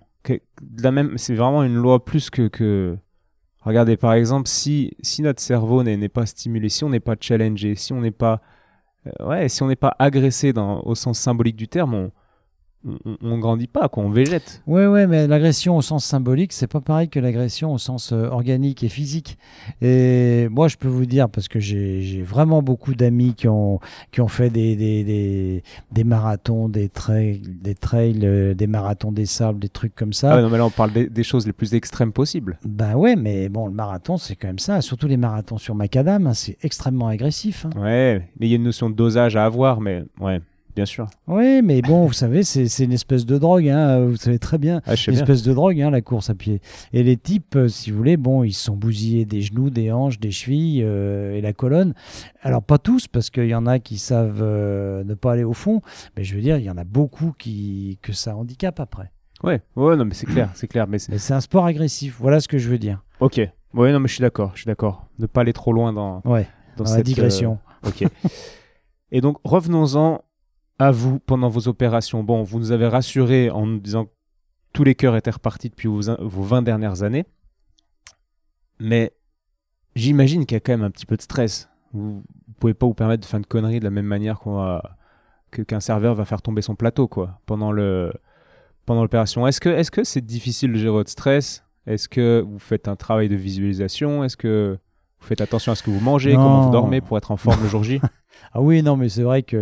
C'est vraiment une loi plus que... Regardez, par exemple, si notre cerveau n'est pas stimulé, si on n'est pas challengé, si on n'est pas agressé au sens symbolique du terme, on grandit pas, quoi, on végète. Ouais, mais l'agression au sens symbolique, c'est pas pareil que l'agression au sens organique et physique. Et moi, je peux vous dire, parce que j'ai vraiment beaucoup d'amis qui ont fait des marathons, des trails, des marathons des sables, des trucs comme ça. Ah ouais, non, mais là, on parle des choses les plus extrêmes possibles. Ben ouais, mais bon, le marathon, c'est quand même ça. Surtout les marathons sur macadam, hein, c'est extrêmement agressif. Hein. Ouais, mais il y a une notion de dosage à avoir, mais ouais, bien sûr. Oui, mais bon, vous savez, c'est une espèce de drogue, hein, vous savez très bien. Ah, je sais Une bien. espèce de drogue, hein, la course à pied. Et les types, si vous voulez, bon, ils se sont bousillés des genoux, des hanches, des chevilles et la colonne. Alors, pas tous, parce qu'il y en a qui savent ne pas aller au fond, mais je veux dire, il y en a beaucoup que ça handicape après. Ouais, non, mais c'est clair. Mais Mais c'est un sport agressif, voilà ce que je veux dire. Ok, ouais, non, mais je suis d'accord. Ne pas aller trop loin dans Ouais, dans la cette digression. Ok. Et donc, revenons-en à vous pendant vos opérations. Bon, vous nous avez rassurés en nous disant que tous les cœurs étaient repartis depuis vos 20 dernières années. Mais j'imagine qu'il y a quand même un petit peu de stress. Vous ne pouvez pas vous permettre de faire une connerie de la même manière qu'un serveur va faire tomber son plateau, quoi, pendant l'opération. Est-ce que c'est difficile de gérer votre stress? Est-ce que vous faites un travail de visualisation? Est-ce que vous faites attention à ce que vous mangez? Non. Comment vous dormez pour être en forme le jour J? Ah oui, non, mais c'est vrai que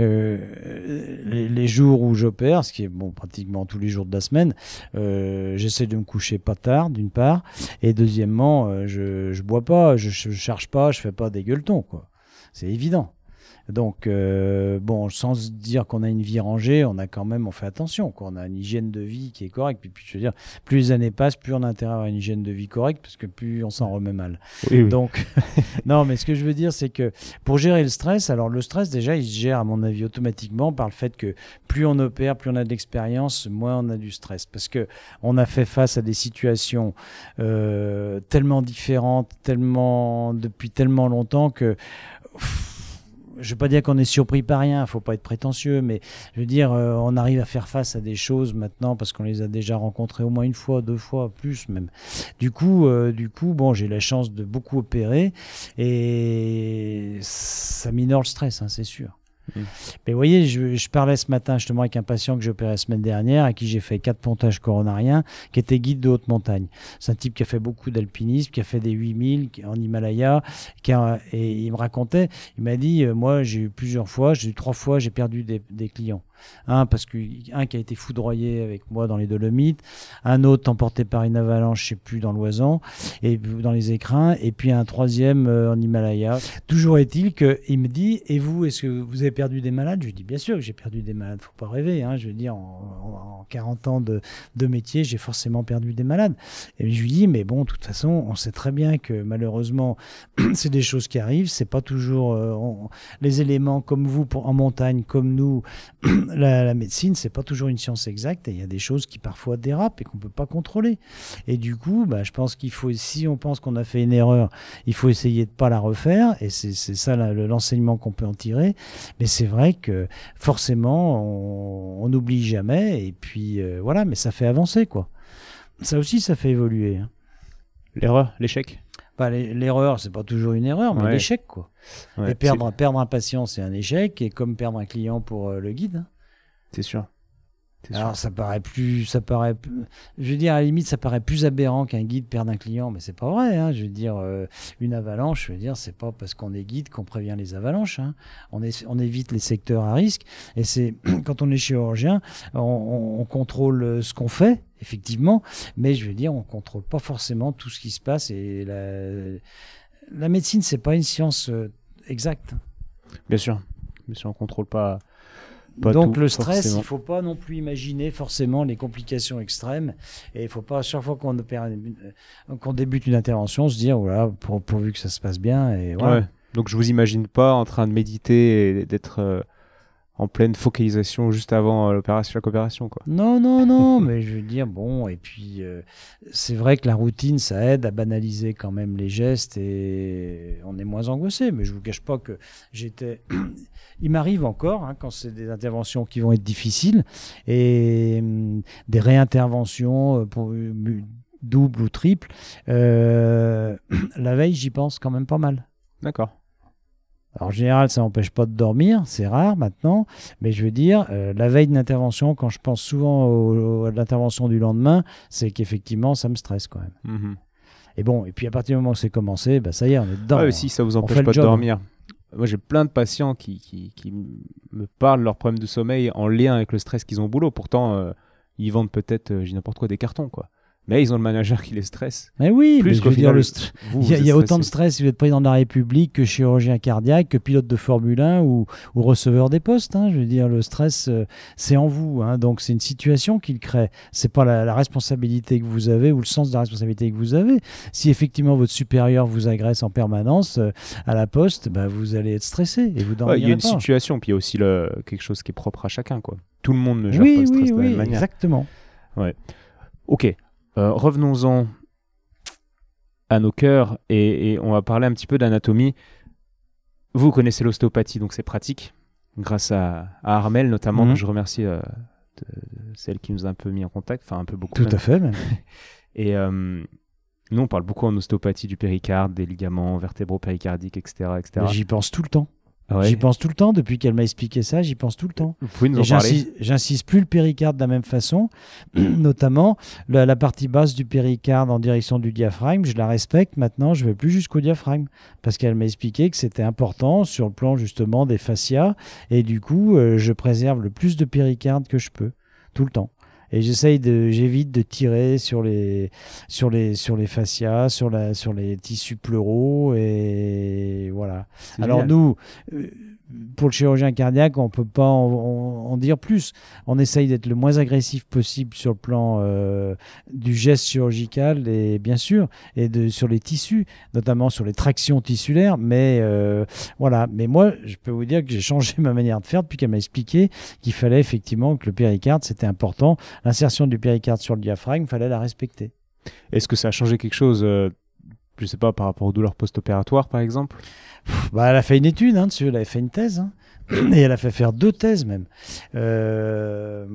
les jours où j'opère, ce qui est bon, pratiquement tous les jours de la semaine, j'essaie de me coucher pas tard, d'une part, et deuxièmement, je bois pas, je cherche pas, je fais pas des gueuletons, quoi. C'est évident. Donc, bon, sans dire qu'on a une vie rangée, on fait attention, quoi. On a une hygiène de vie qui est correcte. Puis, je veux dire, plus les années passent, plus on a intérêt à avoir une hygiène de vie correcte, parce que plus on s'en remet mal. Oui. Donc, non, mais ce que je veux dire, c'est que pour gérer le stress, alors le stress, déjà, il se gère, à mon avis, automatiquement par le fait que plus on opère, plus on a de l'expérience, moins on a du stress. Parce que on a fait face à des situations tellement différentes, depuis tellement longtemps que... je ne veux pas dire qu'on est surpris par rien, il ne faut pas être prétentieux, mais je veux dire, on arrive à faire face à des choses maintenant parce qu'on les a déjà rencontrées au moins une fois, deux fois, plus même. Du coup, bon, j'ai la chance de beaucoup opérer et ça minore le stress, hein, c'est sûr. Mais vous voyez, je parlais ce matin justement avec un patient que j'ai opéré la semaine dernière, à qui j'ai fait 4 pontages coronariens, qui était guide de haute montagne. C'est un type qui a fait beaucoup d'alpinisme, qui a fait des 8000 en Himalaya, et il me racontait, il m'a dit, moi j'ai eu 3 fois, j'ai perdu des clients. Un qui a été foudroyé avec moi dans les Dolomites, un autre emporté par une avalanche, je sais plus, dans l'Oisan et dans les écrins, et puis un troisième en Himalaya. Toujours est-il qu'il me dit, et vous, est-ce que vous avez perdu des malades? Je lui dis, bien sûr que j'ai perdu des malades, faut pas rêver, hein. Je veux dire, en 40 ans de métier, j'ai forcément perdu des malades. Et je lui dis, mais bon, de toute façon, on sait très bien que malheureusement, c'est des choses qui arrivent, c'est pas toujours les éléments comme vous en montagne, comme nous. La médecine, c'est pas toujours une science exacte et il y a des choses qui parfois dérapent et qu'on peut pas contrôler. Et du coup, je pense qu'il faut, si on pense qu'on a fait une erreur, il faut essayer de pas la refaire et c'est ça l'enseignement qu'on peut en tirer. Mais c'est vrai que forcément, on n'oublie jamais et puis voilà, mais ça fait avancer, quoi. Ça aussi, ça fait évoluer. Hein. L'erreur, l'échec? L'erreur, c'est pas toujours une erreur, mais l'échec, quoi. Ouais, et perdre un patient, c'est un échec, et comme perdre un client pour le guide. Hein. C'est sûr. Alors je veux dire, à la limite, ça paraît plus aberrant qu'un guide perde un client, mais c'est pas vrai. Hein. Je veux dire, une avalanche, je veux dire, c'est pas parce qu'on est guide qu'on prévient les avalanches. Hein. On évite les secteurs à risque, et c'est quand on est chirurgien, on contrôle ce qu'on fait, effectivement, mais je veux dire, on contrôle pas forcément tout ce qui se passe. Et la médecine, c'est pas une science exacte. Bien sûr, on contrôle pas. Donc tout, le stress, forcément. il ne faut pas non plus imaginer forcément les complications extrêmes. Et il ne faut pas, à chaque fois qu'on débute une intervention, se dire, voilà, pourvu que ça se passe bien. Et voilà. Ouais. Donc je ne vous imagine pas en train de méditer et d'être en pleine focalisation juste avant chaque opération, quoi. Non, mais je veux dire, bon, et puis c'est vrai que la routine, ça aide à banaliser quand même les gestes et on est moins angoissé. Mais je ne vous cache pas que il m'arrive encore, hein, quand c'est des interventions qui vont être difficiles et des réinterventions pour double ou triple, la veille, j'y pense quand même pas mal. D'accord. Alors, en général, ça n'empêche pas de dormir, c'est rare maintenant, mais je veux dire, la veille d'une intervention, quand je pense souvent à l'intervention du lendemain, c'est qu'effectivement, ça me stresse quand même. Et bon, et puis à partir du moment où c'est commencé, bah, ça y est, on est dedans. Ouais, si ça vous empêche pas de dormir. Moi, j'ai plein de patients qui me parlent de leurs problèmes de sommeil en lien avec le stress qu'ils ont au boulot. Pourtant, ils vendent peut-être, j'ai n'importe quoi, des cartons, quoi. Mais ils ont le manager qui les stresse. Mais oui, plus qu'au final, il y a autant de stress si vous êtes président de la République que chirurgien cardiaque, que pilote de Formule 1 ou receveur des postes. Hein. Je veux dire, le stress, c'est en vous. Hein. Donc, c'est une situation qu'il crée. C'est pas la responsabilité que vous avez ou le sens de la responsabilité que vous avez. Si effectivement votre supérieur vous agresse en permanence à la poste, bah, vous allez être stressé et vous dormirez pas. Il y a une situation, puis il y a aussi quelque chose qui est propre à chacun, quoi. Tout le monde ne gère pas le stress de la même manière. Exactement. Ouais. Ok. Revenons-en à nos cœurs et on va parler un petit peu d'anatomie. Vous connaissez l'ostéopathie, donc c'est pratique, grâce à Armelle notamment, que je remercie, celle qui nous a un peu mis en contact, enfin un peu beaucoup. Tout à fait. Même. Et nous, on parle beaucoup en ostéopathie du péricarde, des ligaments vertébro-péricardiques, etc. etc. J'y pense tout le temps. Ah ouais. J'y pense tout le temps, depuis qu'elle m'a expliqué ça, j'y pense tout le temps. Vous pouvez nous en parler ? J'insiste plus le péricarde de la même façon, notamment la partie basse du péricarde en direction du diaphragme, je la respecte maintenant, je ne vais plus jusqu'au diaphragme, parce qu'elle m'a expliqué que c'était important sur le plan justement des fascias, et du coup, je préserve le plus de péricarde que je peux, tout le temps. Et j'évite de tirer sur les fascias, sur les tissus pleuraux, et voilà. Alors génial. Nous, pour le chirurgien cardiaque, on ne peut pas en dire plus. On essaye d'être le moins agressif possible sur le plan du geste chirurgical, et bien sûr, et sur les tissus, notamment sur les tractions tissulaires. Mais voilà. Mais moi, je peux vous dire que j'ai changé ma manière de faire depuis qu'elle m'a expliqué qu'il fallait effectivement que le péricarde, c'était important. L'insertion du péricarde sur le diaphragme, il fallait la respecter. Est-ce que ça a changé quelque chose, je ne sais pas, par rapport aux douleurs post-opératoires, par exemple ? Bah, elle a fait une étude dessus, elle a fait une thèse, hein, et elle a fait faire 2 thèses même. Je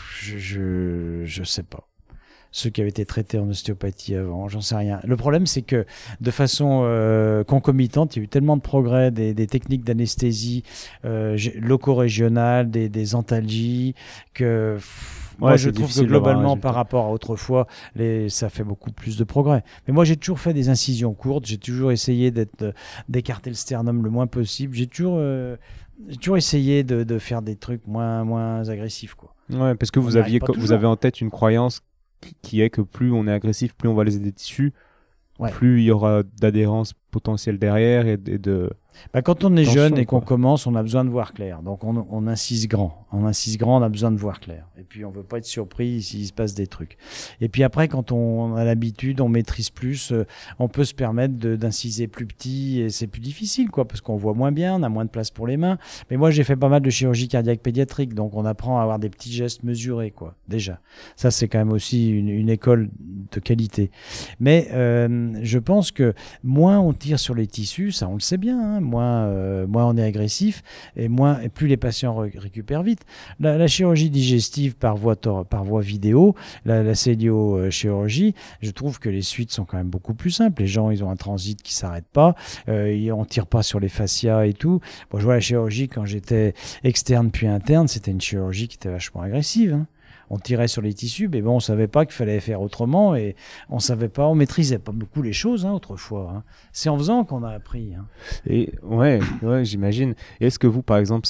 sais pas. Ceux qui avaient été traités en ostéopathie avant, j'en sais rien. Le problème, c'est que de façon concomitante, il y a eu tellement de progrès, des techniques d'anesthésie loco-régionales, des antalgies, que moi je trouve que globalement, par rapport à autrefois, ça fait beaucoup plus de progrès. Mais moi, j'ai toujours fait des incisions courtes, j'ai toujours essayé d'écarter le sternum le moins possible, j'ai toujours essayé de faire des trucs moins agressifs, quoi. Ouais, parce que vous avez en tête une croyance qui est que plus on est agressif, plus on va léser des tissus, plus il y aura d'adhérence potentielle derrière et de... quand on est jeune et qu'on commence, on a besoin de voir clair. Donc on insiste grand. On insiste grand, on a besoin de voir clair. Et puis on ne veut pas être surpris s'il se passe des trucs. Et puis après, quand on a l'habitude, on maîtrise plus, on peut se permettre d'inciser plus petit et c'est plus difficile, quoi, parce qu'on voit moins bien, on a moins de place pour les mains. Mais moi, j'ai fait pas mal de chirurgie cardiaque pédiatrique, donc on apprend à avoir des petits gestes mesurés, quoi, déjà. Ça, c'est quand même aussi une école de qualité. Mais je pense que moins on tire sur les tissus, ça on le sait bien, hein, moins on est agressif et plus les patients récupèrent vite. La chirurgie digestive par voie vidéo, la célio-chirurgie, je trouve que les suites sont quand même beaucoup plus simples. Les gens, ils ont un transit qui ne s'arrête pas, on ne tire pas sur les fascias et tout. Bon, je vois la chirurgie quand j'étais externe puis interne, c'était une chirurgie qui était vachement agressive, hein. On tirait sur les tissus, mais bon, on ne savait pas qu'il fallait faire autrement et on maîtrisait pas beaucoup les choses, hein, autrefois, hein. C'est en faisant qu'on a appris, hein. Et ouais, j'imagine. Et est-ce que vous, par exemple,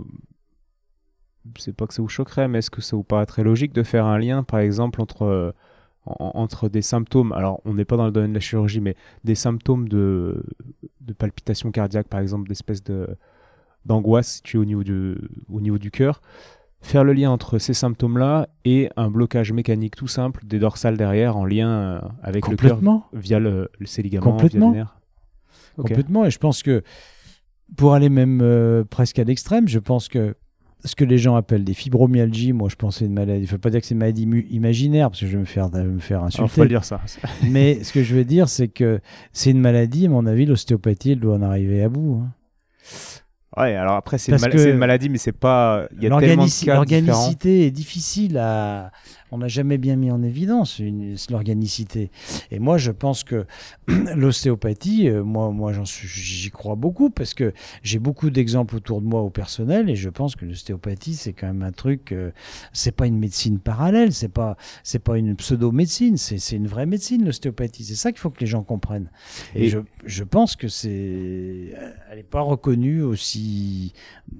c'est pas que ça vous choquerait, mais est-ce que ça vous paraît très logique de faire un lien, par exemple, entre des symptômes, alors on n'est pas dans le domaine de la chirurgie, mais des symptômes de palpitations cardiaques, par exemple, d'espèces d'angoisse située au niveau du cœur, faire le lien entre ces symptômes-là et un blocage mécanique tout simple des dorsales derrière en lien avec le cœur via ces ligaments, via les nerfs. Complètement, et je pense que pour aller même presque à l'extrême, je pense que ce que les gens appellent des fibromyalgies, moi je pense que c'est une maladie, il ne faut pas dire que c'est une maladie imaginaire, parce que je vais me faire insulter. Il faut dire ça. Mais ce que je veux dire, c'est que c'est une maladie, à mon avis, l'ostéopathie, elle doit en arriver à bout, hein. Ouais, alors après, c'est une maladie, mais c'est pas... Il y a tellement de cas l'organicité est difficile On n'a jamais bien mis en évidence l'organicité. Et moi, je pense que l'ostéopathie, j'y crois beaucoup parce que j'ai beaucoup d'exemples autour de moi au personnel et je pense que l'ostéopathie, c'est quand même un truc, c'est pas une médecine parallèle, c'est pas une pseudo-médecine, c'est une vraie médecine, l'ostéopathie. C'est ça qu'il faut que les gens comprennent. Et je pense que elle n'est pas reconnue aussi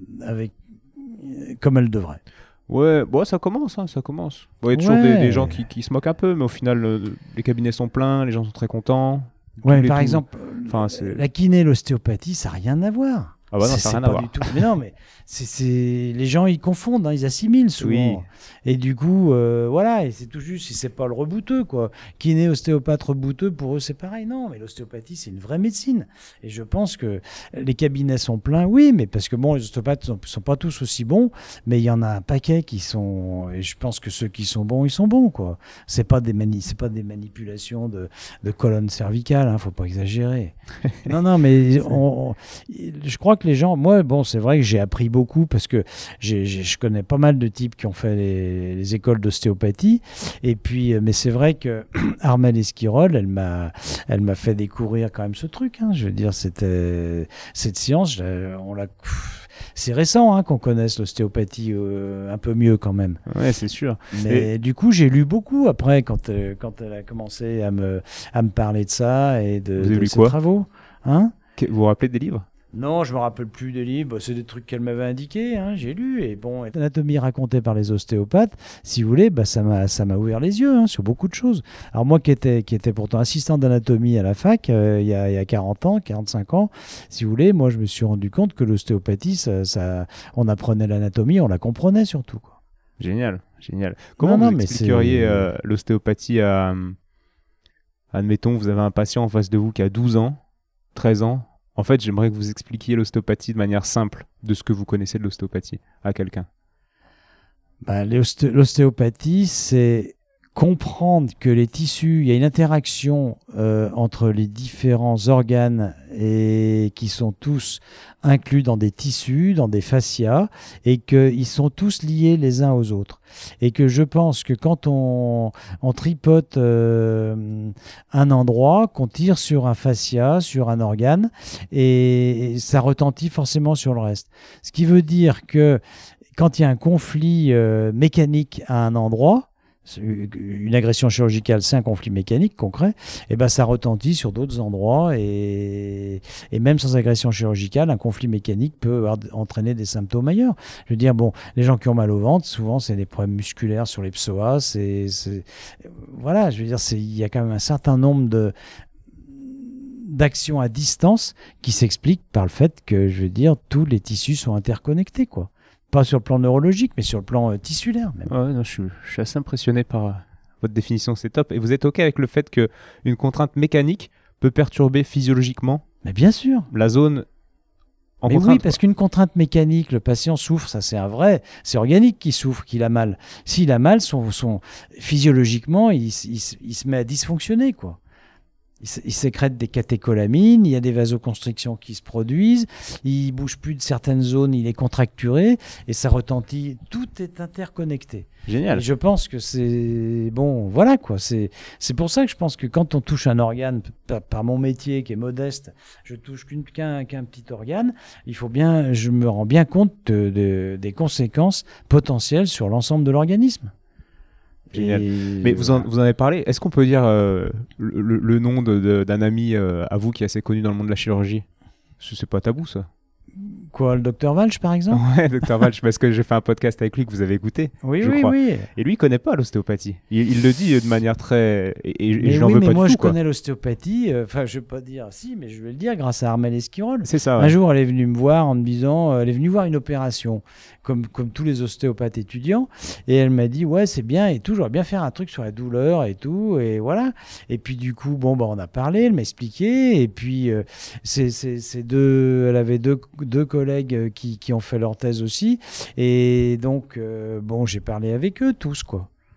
comme elle devrait. Ouais, bon, ça commence. Bon, il y a toujours des gens qui se moquent un peu, mais au final, les cabinets sont pleins, les gens sont très contents. Ouais, par exemple, la kiné, l'ostéopathie, ça n'a rien à voir. Ah bah non, ça n'a rien à voir. Du tout. Mais non, mais les gens, ils confondent, ils assimilent souvent. Oui. Et du coup, voilà, et c'est tout juste si c'est pas le rebouteux, quoi. Kiné, ostéopathe, rebouteux, pour eux, c'est pareil. Non, mais l'ostéopathie, c'est une vraie médecine. Et je pense que les cabinets sont pleins, oui, mais parce que bon, les ostéopathes sont pas tous aussi bons, mais il y en a un paquet qui sont, et je pense que ceux qui sont bons, ils sont bons, quoi. C'est pas des manipulations de colonne cervicale, hein, faut pas exagérer. non, mais je crois que les gens, moi, bon, c'est vrai que j'ai appris beaucoup parce que je connais pas mal de types qui ont fait les écoles d'ostéopathie. Et puis, mais c'est vrai que Armelle Esquirol, elle m'a fait découvrir quand même ce truc. Hein. Je veux dire, cette science, c'est récent qu'on connaisse l'ostéopathie un peu mieux quand même. Ouais, c'est sûr. Mais du coup, j'ai lu beaucoup après quand elle a commencé à me parler de ça et de ses travaux. Hein? Vous vous rappelez des livres ? Non, je me rappelle plus des livres. C'est des trucs qu'elle m'avait indiqués. J'ai lu. Et bon, l'anatomie racontée par les ostéopathes, si vous voulez, ça m'a ouvert les yeux sur beaucoup de choses. Alors moi, qui étais pourtant assistant d'anatomie à la fac il y a 40 ans, 45 ans, si vous voulez, moi, je me suis rendu compte que l'ostéopathie, on apprenait l'anatomie, on la comprenait surtout, quoi. Génial. Comment vous expliqueriez l'ostéopathie à... Admettons, vous avez un patient en face de vous qui a 12 ans, 13 ans. En fait, j'aimerais que vous expliquiez l'ostéopathie de manière simple, de ce que vous connaissez de l'ostéopathie, à quelqu'un. L'ostéopathie, c'est comprendre que les tissus, il y a une interaction entre les différents organes et qui sont tous inclus dans des tissus, dans des fascias, et qu'ils sont tous liés les uns aux autres. Et que je pense que quand on tripote un endroit, qu'on tire sur un fascia, sur un organe, et ça retentit forcément sur le reste. Ce qui veut dire que quand il y a un conflit mécanique à un endroit, une agression chirurgicale, c'est un conflit mécanique concret, et ça retentit sur d'autres endroits et même sans agression chirurgicale, un conflit mécanique peut entraîner des symptômes ailleurs. Je veux dire, bon, les gens qui ont mal au ventre, souvent c'est des problèmes musculaires sur les psoas, voilà, je veux dire, il y a quand même un certain nombre d'actions à distance qui s'expliquent par le fait que, je veux dire, tous les tissus sont interconnectés, quoi. Pas sur le plan neurologique, mais sur le plan tissulaire même. Ouais, non, je suis assez impressionné par votre définition, c'est top. Et vous êtes OK avec le fait qu'une contrainte mécanique peut perturber physiologiquement mais bien sûr. La zone en mais contrainte. Oui, parce qu'une contrainte mécanique, le patient souffre, ça c'est c'est organique qu'il souffre, qu'il a mal. S'il a mal, physiologiquement, il se met à dysfonctionner, quoi. Il sécrète des catécholamines, il y a des vasoconstrictions qui se produisent, il bouge plus de certaines zones, il est contracturé et ça retentit. Tout est interconnecté. Génial. Et je pense que c'est bon, voilà quoi. C'est pour ça que je pense que quand on touche un organe, par mon métier qui est modeste, je touche qu'un petit organe. Je me rends bien compte des conséquences potentielles sur l'ensemble de l'organisme. Génial. Mais vous en avez parlé. Est-ce qu'on peut dire le nom d'un ami à vous qui est assez connu dans le monde de la chirurgie ? C'est pas tabou, ça. Quoi, le docteur Walsh, par exemple ? Ouais, docteur Walsh, parce que j'ai fait un podcast avec lui que vous avez écouté. Oui. Et lui, il connaît pas l'ostéopathie. Il le dit de manière très... Et je n'en veux pas du tout. Mais moi, je connais l'ostéopathie. Enfin, je vais pas dire si, mais je vais le dire grâce à Armelle Esquirol. C'est ça, ouais. Un jour, elle est venue me voir en me disant... elle est venue voir une opération, comme tous les ostéopathes étudiants. Et elle m'a dit, ouais, c'est bien et tout. J'aurais bien faire un truc sur la douleur et tout. Et voilà. Et puis, du coup, on a parlé. Elle m'a expliqué. Et puis, elle avait deux collègues qui ont fait leur thèse aussi. Et donc, j'ai parlé avec eux tous, quoi.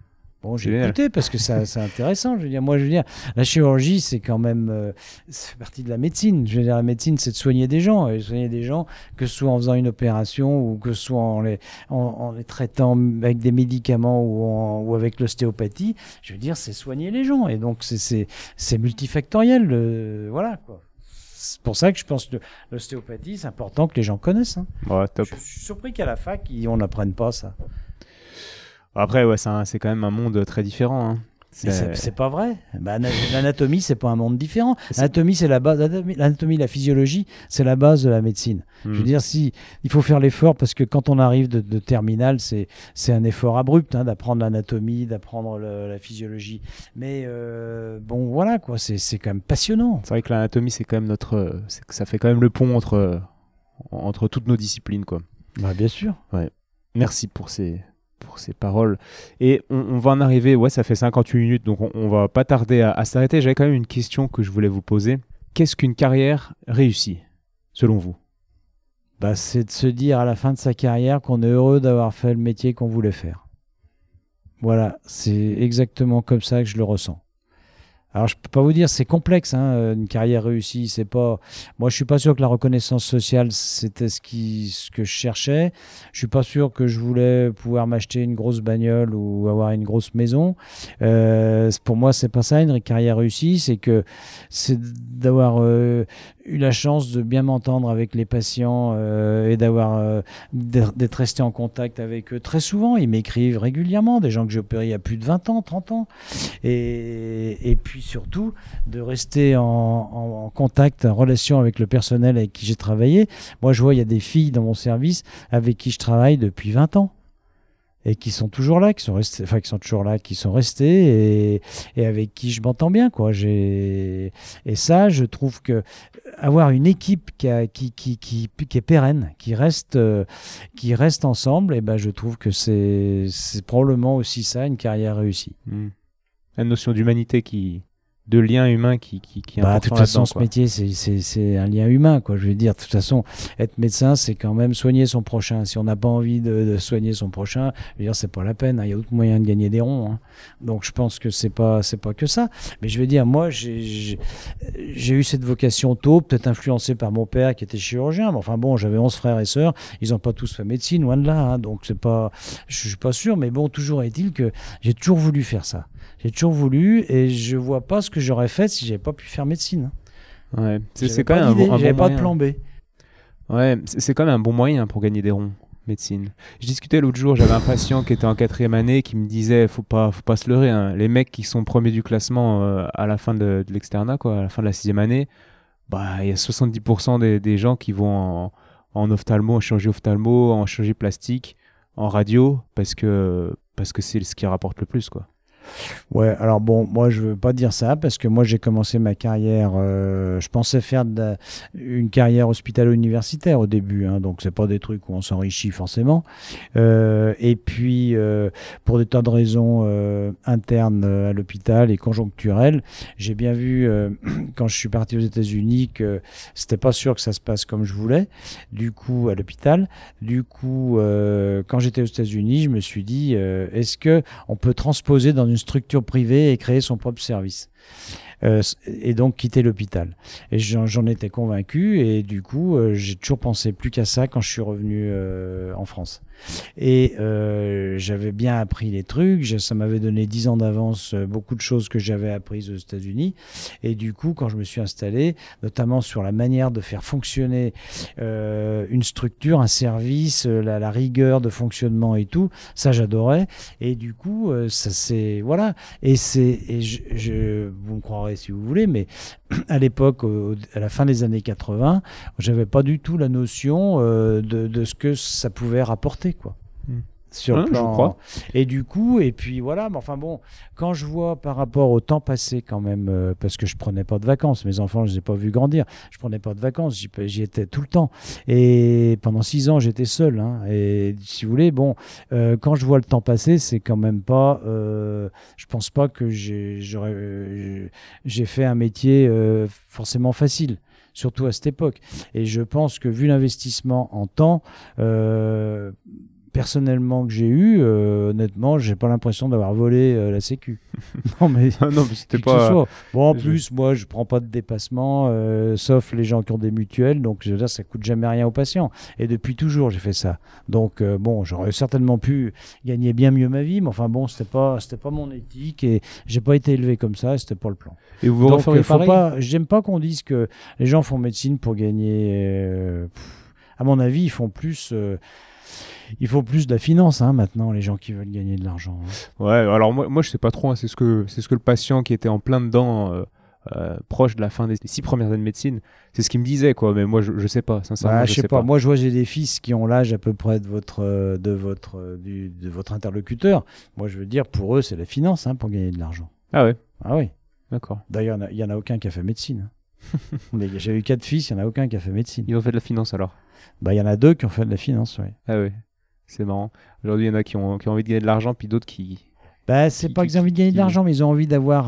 Bon, j'ai écouté parce que c'est intéressant. Je veux dire, moi, la chirurgie, c'est quand même, ça fait partie de la médecine. Je veux dire, la médecine, c'est de soigner des gens, que ce soit en faisant une opération ou que ce soit en les traitant avec des médicaments ou avec l'ostéopathie. Je veux dire, c'est soigner les gens, et donc c'est multifactoriel. Voilà, quoi. C'est pour ça que je pense que l'ostéopathie, c'est important que les gens connaissent. Hein. Ouais, top. Je suis surpris qu'à la fac, on n'apprenne pas ça. Après, ouais, c'est quand même un monde très différent. Hein. C'est pas vrai. L'anatomie, c'est pas un monde différent. L'anatomie, c'est la base. L'anatomie, la physiologie, c'est la base de la médecine. Je veux dire, il faut faire l'effort, parce que quand on arrive de terminale, c'est un effort abrupt d'apprendre l'anatomie, d'apprendre la physiologie. Mais bon, voilà, quoi. C'est quand même passionnant. C'est vrai que l'anatomie, c'est quand même ça fait quand même le pont entre toutes nos disciplines, quoi. Bah, bien sûr. Ouais. Merci pour ces paroles. Et on va en arriver, ça fait 58 minutes, donc on va pas tarder à s'arrêter. J'avais quand même une question que je voulais vous poser. Qu'est-ce qu'une carrière réussie, selon vous ? C'est de se dire à la fin de sa carrière qu'on est heureux d'avoir fait le métier qu'on voulait faire. Voilà, c'est exactement comme ça que je le ressens. Alors, je peux pas vous dire, c'est complexe, une carrière réussie. C'est pas. Moi, je suis pas sûr que la reconnaissance sociale, c'était ce que je cherchais. Je suis pas sûr que je voulais pouvoir m'acheter une grosse bagnole ou avoir une grosse maison. Pour moi, c'est pas ça, une carrière réussie. C'est d'avoir eu la chance de bien m'entendre avec les patients et d'être resté en contact avec eux très souvent. Ils m'écrivent régulièrement, des gens que j'ai opérés il y a plus de 20 ans, 30 ans. Et puis surtout, de rester en contact, en relation avec le personnel avec qui j'ai travaillé. Moi, je vois, il y a des filles dans mon service avec qui je travaille depuis 20 ans. Et qui sont toujours là, qui sont restés et avec qui je m'entends bien, quoi. Et ça, je trouve que avoir une équipe qui est pérenne, qui reste ensemble, et je trouve que c'est probablement aussi ça, une carrière réussie. La notion d'humanité de lien humain qui est important. De toute façon, ce métier, c'est un lien humain, quoi. Je veux dire, de toute façon, être médecin, c'est quand même soigner son prochain. Si on n'a pas envie de soigner son prochain, je veux dire, c'est pas la peine. Il y a d'autres moyens de gagner des ronds. Donc, je pense que c'est pas que ça. Mais je veux dire, moi, j'ai eu cette vocation tôt, peut-être influencé par mon père qui était chirurgien. Mais enfin bon, j'avais 11 frères et sœurs. Ils n'ont pas tous fait médecine, loin de là. Donc, je suis pas sûr. Mais bon, toujours est-il que j'ai toujours voulu faire ça. J'ai toujours voulu, et je vois pas ce que j'aurais fait si j'avais pas pu faire médecine. Ouais, c'est quand même un bon moyen. J'avais pas de plan B. Ouais, c'est quand même un bon moyen pour gagner des ronds, médecine. Je discutais l'autre jour, j'avais un patient qui était en 4e année qui me disait faut pas se leurrer. Les mecs qui sont premiers du classement à la fin de l'externat, quoi, à la fin de la 6e année, il y a 70% des gens qui vont en ophtalmo, en chirurgie ophtalmo, en chirurgie plastique, en radio, parce que c'est ce qui rapporte le plus, quoi. Ouais, alors bon, moi je veux pas dire ça, parce que moi j'ai commencé ma carrière, je pensais faire une carrière hospitalo-universitaire au début, donc c'est pas des trucs où on s'enrichit forcément. Et puis pour des tas de raisons internes à l'hôpital et conjoncturelles, j'ai bien vu quand je suis parti aux États-Unis que c'était pas sûr que ça se passe comme je voulais. Du coup, à l'hôpital, quand j'étais aux États-Unis, je me suis dit est-ce que on peut transposer dans une structure privée et créer son propre service, et donc quitter l'hôpital. Et j'en étais convaincu, et du coup j'ai toujours pensé plus qu'à ça quand je suis revenu en France. Et j'avais bien appris les trucs, ça m'avait donné 10 ans d'avance, beaucoup de choses que j'avais apprises aux États-Unis. Et du coup, quand je me suis installé, notamment sur la manière de faire fonctionner une structure, un service, la rigueur de fonctionnement et tout, ça j'adorais. Et du coup, ça c'est voilà. Et vous me croirez si vous voulez, mais à l'époque, à la fin des années 80, j'avais pas du tout la notion de ce que ça pouvait rapporter, quoi. Sur le plan. Je crois. Et du coup, et puis voilà, mais enfin bon, quand je vois par rapport au temps passé quand même, parce que je prenais pas de vacances, mes enfants, je les ai pas vus grandir, je prenais pas de vacances, j'y étais tout le temps. Et pendant 6 ans, j'étais seul. Et si vous voulez, bon, quand je vois le temps passer, c'est quand même pas. Je pense pas que j'ai fait un métier forcément facile, surtout à cette époque. Et je pense que vu l'investissement en temps, personnellement que j'ai eu, honnêtement, j'ai pas l'impression d'avoir volé la Sécu. Non, mais non, mais c'était qui que ce pas. soit. Bon, en plus, moi, je prends pas de dépassement, sauf les gens qui ont des mutuelles. Donc, je veux dire, ça coûte jamais rien aux patients. Et depuis toujours, j'ai fait ça. Donc, bon, j'aurais certainement pu gagner bien mieux ma vie, mais enfin bon, c'était pas mon éthique et j'ai pas été élevé comme ça. C'était pas le plan. Et vous Donc, referiez pareil? j'aime pas qu'on dise que les gens font médecine pour gagner. À mon avis, ils font plus. Il faut plus de la finance maintenant, les gens qui veulent gagner de l'argent. Ouais, alors moi je sais pas trop, hein, c'est ce que le patient qui était en plein dedans, proche de la fin des 6 premières années de médecine, c'est ce qu'il me disait, quoi. Mais moi je sais pas, sincèrement, Je sais pas. Moi, je vois, j'ai des fils qui ont l'âge à peu près de votre interlocuteur. Moi, je veux dire, pour eux, c'est la finance pour gagner de l'argent. Ah ouais, Ah oui. d'accord. D'ailleurs, il y en a aucun qui a fait médecine. J'ai eu 4 fils, il n'y en a aucun qui a fait médecine. Ils ont fait de la finance alors? Il y en a 2 qui ont fait de la finance, oui. Ah ouais, c'est marrant. Aujourd'hui, il y en a qui ont envie de gagner de l'argent, puis d'autres qui... C'est pas qu'ils ont envie de gagner de l'argent, mais ils ont envie d'avoir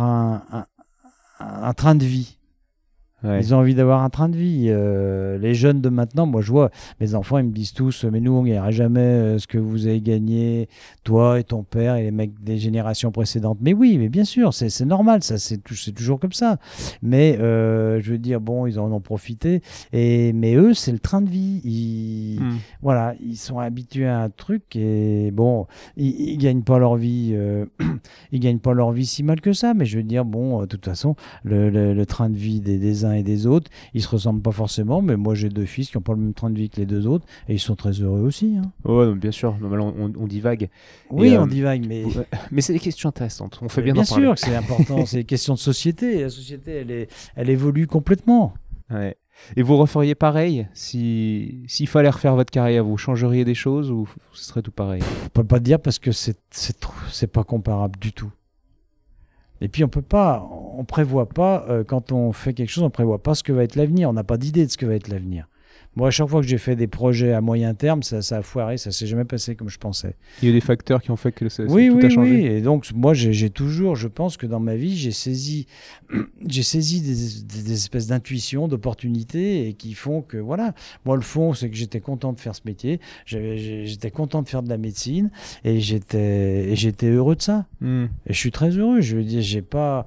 un train de vie. Ouais. Ils ont envie d'avoir un train de vie. Les jeunes de maintenant, moi je vois, mes enfants, ils me disent tous, mais nous on ne gagnera jamais ce que vous avez gagné, toi et ton père et les mecs des générations précédentes. Mais oui, mais bien sûr, c'est normal, ça, c'est toujours comme ça. Mais je veux dire, bon, ils en ont profité. Mais eux, c'est le train de vie. Voilà, ils sont habitués à un truc et bon, ils gagnent pas leur vie. Ils gagnent pas leur vie si mal que ça. Mais je veux dire, bon, de toute façon, le train de vie des uns et des autres, ils se ressemblent pas forcément, mais moi j'ai 2 fils qui n'ont pas le même train de vie que les 2 autres et ils sont très heureux aussi. Ouais, bien sûr, on divague. Oui, on divague, mais... mais c'est des questions intéressantes, on fait bien d'en parler. Bien sûr que c'est important, c'est des questions de société, la société elle évolue complètement. Ouais. Et vous referiez pareil s'il fallait refaire votre carrière, vous changeriez des choses ou ce serait tout pareil? On peut pas dire parce que c'est pas comparable du tout. Et puis on prévoit pas, quand on fait quelque chose, on prévoit pas ce que va être l'avenir. On n'a pas d'idée de ce que va être l'avenir. Moi, à chaque fois que j'ai fait des projets à moyen terme, ça a foiré, ça s'est jamais passé comme je pensais. Il y a des facteurs qui ont fait que tout a changé. Oui. Et donc, moi, j'ai toujours, je pense que dans ma vie, j'ai saisi des espèces d'intuitions, d'opportunités et qui font que, voilà. Moi, le fond, c'est que j'étais content de faire ce métier. J'étais content de faire de la médecine et j'étais heureux de ça. Et je suis très heureux. Je veux dire, j'ai pas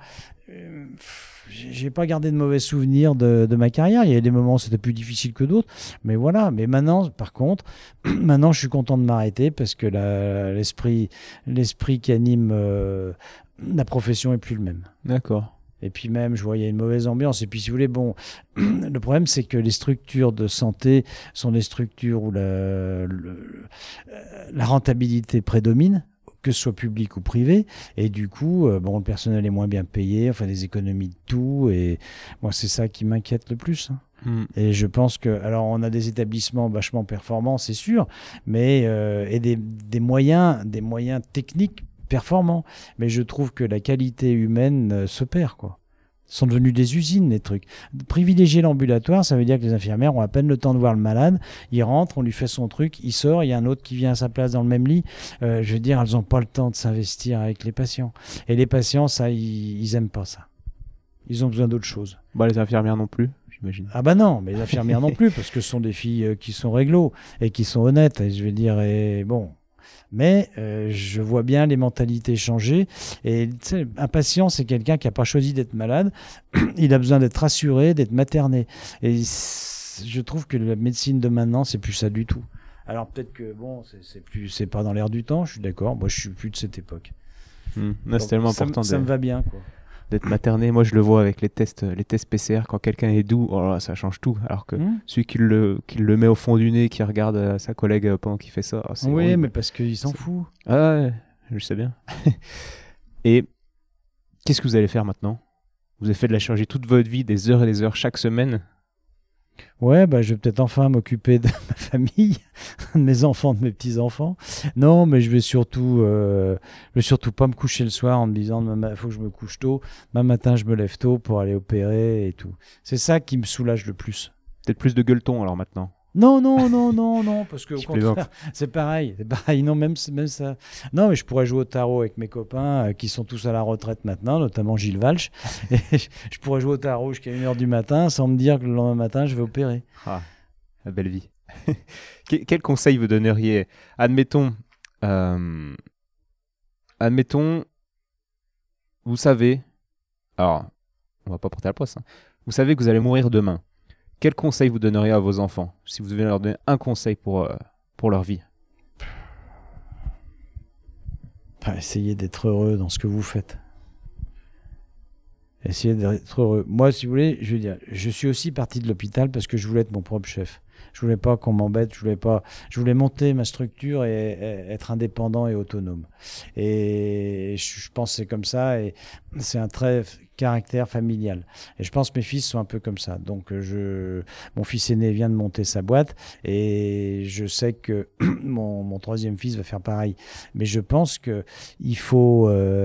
gardé de mauvais souvenirs de ma carrière. Il y a des moments où c'était plus difficile que d'autres. Mais voilà. Mais maintenant, par contre, je suis content de m'arrêter parce que l'esprit qui anime la profession est plus le même. D'accord. Et puis même, je vois, il y a une mauvaise ambiance. Et puis, si vous voulez, bon, le problème, c'est que les structures de santé sont des structures où la rentabilité prédomine, que ce soit public ou privé, et du coup, le personnel est moins bien payé, on fait des économies de tout, et moi, c'est ça qui m'inquiète le plus. Et je pense que, alors, on a des établissements vachement performants, c'est sûr, mais et des moyens techniques performants, mais je trouve que la qualité humaine se perd, quoi. Sont devenus des usines, les trucs. Privilégier l'ambulatoire, ça veut dire que les infirmières ont à peine le temps de voir le malade. Il rentre, on lui fait son truc, il sort, il y a un autre qui vient à sa place dans le même lit. Je veux dire, elles n'ont pas le temps de s'investir avec les patients. Et les patients, ça, ils aiment pas ça. Ils ont besoin d'autre chose. Les infirmières non plus, j'imagine. Ah non, mais les infirmières non plus, parce que ce sont des filles qui sont réglo et qui sont honnêtes. Et je veux dire, et bon... Mais je vois bien les mentalités changer. Et un patient, c'est quelqu'un qui n'a pas choisi d'être malade. Il a besoin d'être rassuré, d'être materné. Et je trouve que la médecine de maintenant, c'est plus ça du tout. Alors peut-être que bon, c'est pas dans l'air du temps. Je suis d'accord. Moi, je suis plus de cette époque. C'est tellement important. Ça me va bien, quoi. D'être materné, moi je le vois avec les tests PCR, quand quelqu'un est doux, oh là, ça change tout, alors que celui qui le met au fond du nez, qui regarde sa collègue pendant qu'il fait ça, c'est oui, horrible. mais parce qu'il s'en fout. Ah ouais, je sais bien. Et qu'est-ce que vous allez faire maintenant? Vous avez fait de la chirurgie toute votre vie, des heures et des heures chaque semaine. Ouais, je vais peut-être enfin m'occuper de ma famille, de mes enfants, de mes petits-enfants. Non, mais je vais surtout pas me coucher le soir en me disant il faut que je me couche tôt. Demain matin, je me lève tôt pour aller opérer et tout. C'est ça qui me soulage le plus. Peut-être plus de gueuleton alors maintenant. Non, parce que au contraire, c'est pareil. Non, même ça. Non, mais je pourrais jouer au tarot avec mes copains qui sont tous à la retraite maintenant, notamment Gilles Walsh. Et je pourrais jouer au tarot jusqu'à 1h du matin sans me dire que le lendemain matin, je vais opérer. Ah, la belle vie. Quel conseil vous donneriez? Admettons, vous savez, alors, on va pas porter la poisse, hein. Vous savez que vous allez mourir demain. Quel conseil vous donneriez à vos enfants si vous devez leur donner un conseil pour leur vie? Essayez d'être heureux dans ce que vous faites. Essayez d'être heureux. Moi, si vous voulez, je veux dire, je suis aussi parti de l'hôpital parce que je voulais être mon propre chef. Je voulais pas qu'on m'embête, je voulais monter ma structure et être indépendant et autonome. Et je pense que c'est comme ça et c'est un trait caractère familial. Et je pense que mes fils sont un peu comme ça. Donc mon fils aîné vient de monter sa boîte et je sais que mon troisième fils va faire pareil. Mais je pense que il faut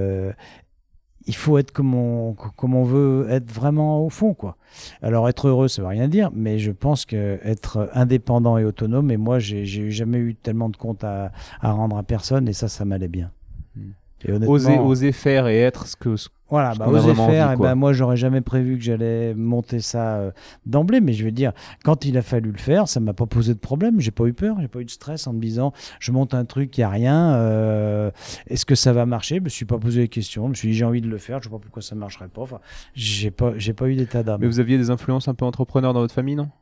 être comme on veut être vraiment au fond, quoi. Alors être heureux, ça veut rien dire, mais je pense que être indépendant et autonome, et moi j'ai jamais eu tellement de comptes à rendre à personne, et ça m'allait bien. Et honnêtement, oser faire et être ce que voilà, oser faire, envie, et moi j'aurais jamais prévu que j'allais monter ça d'emblée, mais je veux dire, quand il a fallu le faire, ça m'a pas posé de problème, j'ai pas eu peur, j'ai pas eu de stress en me disant je monte un truc, il y a rien, est-ce que ça va marcher? Je me suis pas posé les questions, je me suis dit j'ai envie de le faire, je sais pas pourquoi ça marcherait pas, enfin, j'ai pas eu d'état d'âme. Mais vous aviez des influences un peu entrepreneurs dans votre famille, non?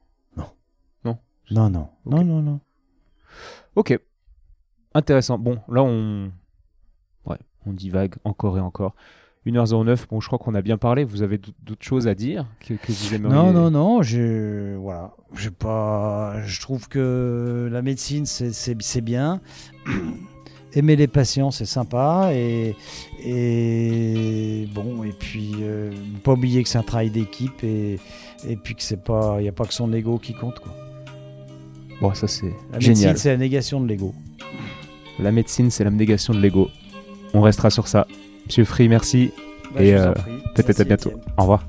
Non. Ok, intéressant. Bon, là on divague encore et encore. 1h09, bon, je crois qu'on a bien parlé. Vous avez d'autres choses à dire que vous aimeriez... Non. Je trouve que la médecine, c'est bien. Aimer les patients, c'est sympa. Et puis, pas oublier que c'est un travail d'équipe et puis que il n'y a pas que son ego qui compte, quoi. Bon, ça c'est la génial. Médecine, c'est la négation de l'ego. La médecine, c'est la négation de l'ego. On restera sur ça. Monsieur Free, merci. Et peut-être à bientôt. Étienne. Au revoir.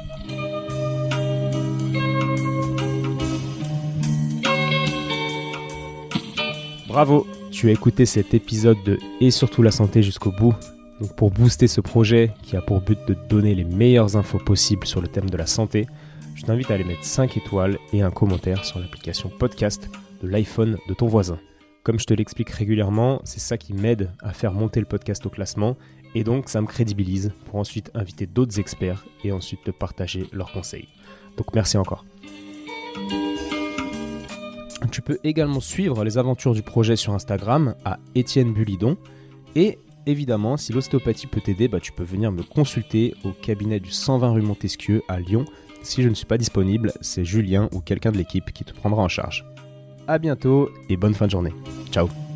Bravo, tu as écouté cet épisode de Et surtout la santé jusqu'au bout. Donc pour booster ce projet qui a pour but de te donner les meilleures infos possibles sur le thème de la santé, je t'invite à aller mettre 5 étoiles et un commentaire sur l'application podcast de l'iPhone de ton voisin. Comme je te l'explique régulièrement, c'est ça qui m'aide à faire monter le podcast au classement et donc ça me crédibilise pour ensuite inviter d'autres experts et ensuite te partager leurs conseils. Donc merci encore. Tu peux également suivre les aventures du projet sur Instagram à Étienne Bulidon et évidemment, si l'ostéopathie peut t'aider, tu peux venir me consulter au cabinet du 120 rue Montesquieu à Lyon. Si je ne suis pas disponible, c'est Julien ou quelqu'un de l'équipe qui te prendra en charge. À bientôt et bonne fin de journée. Ciao.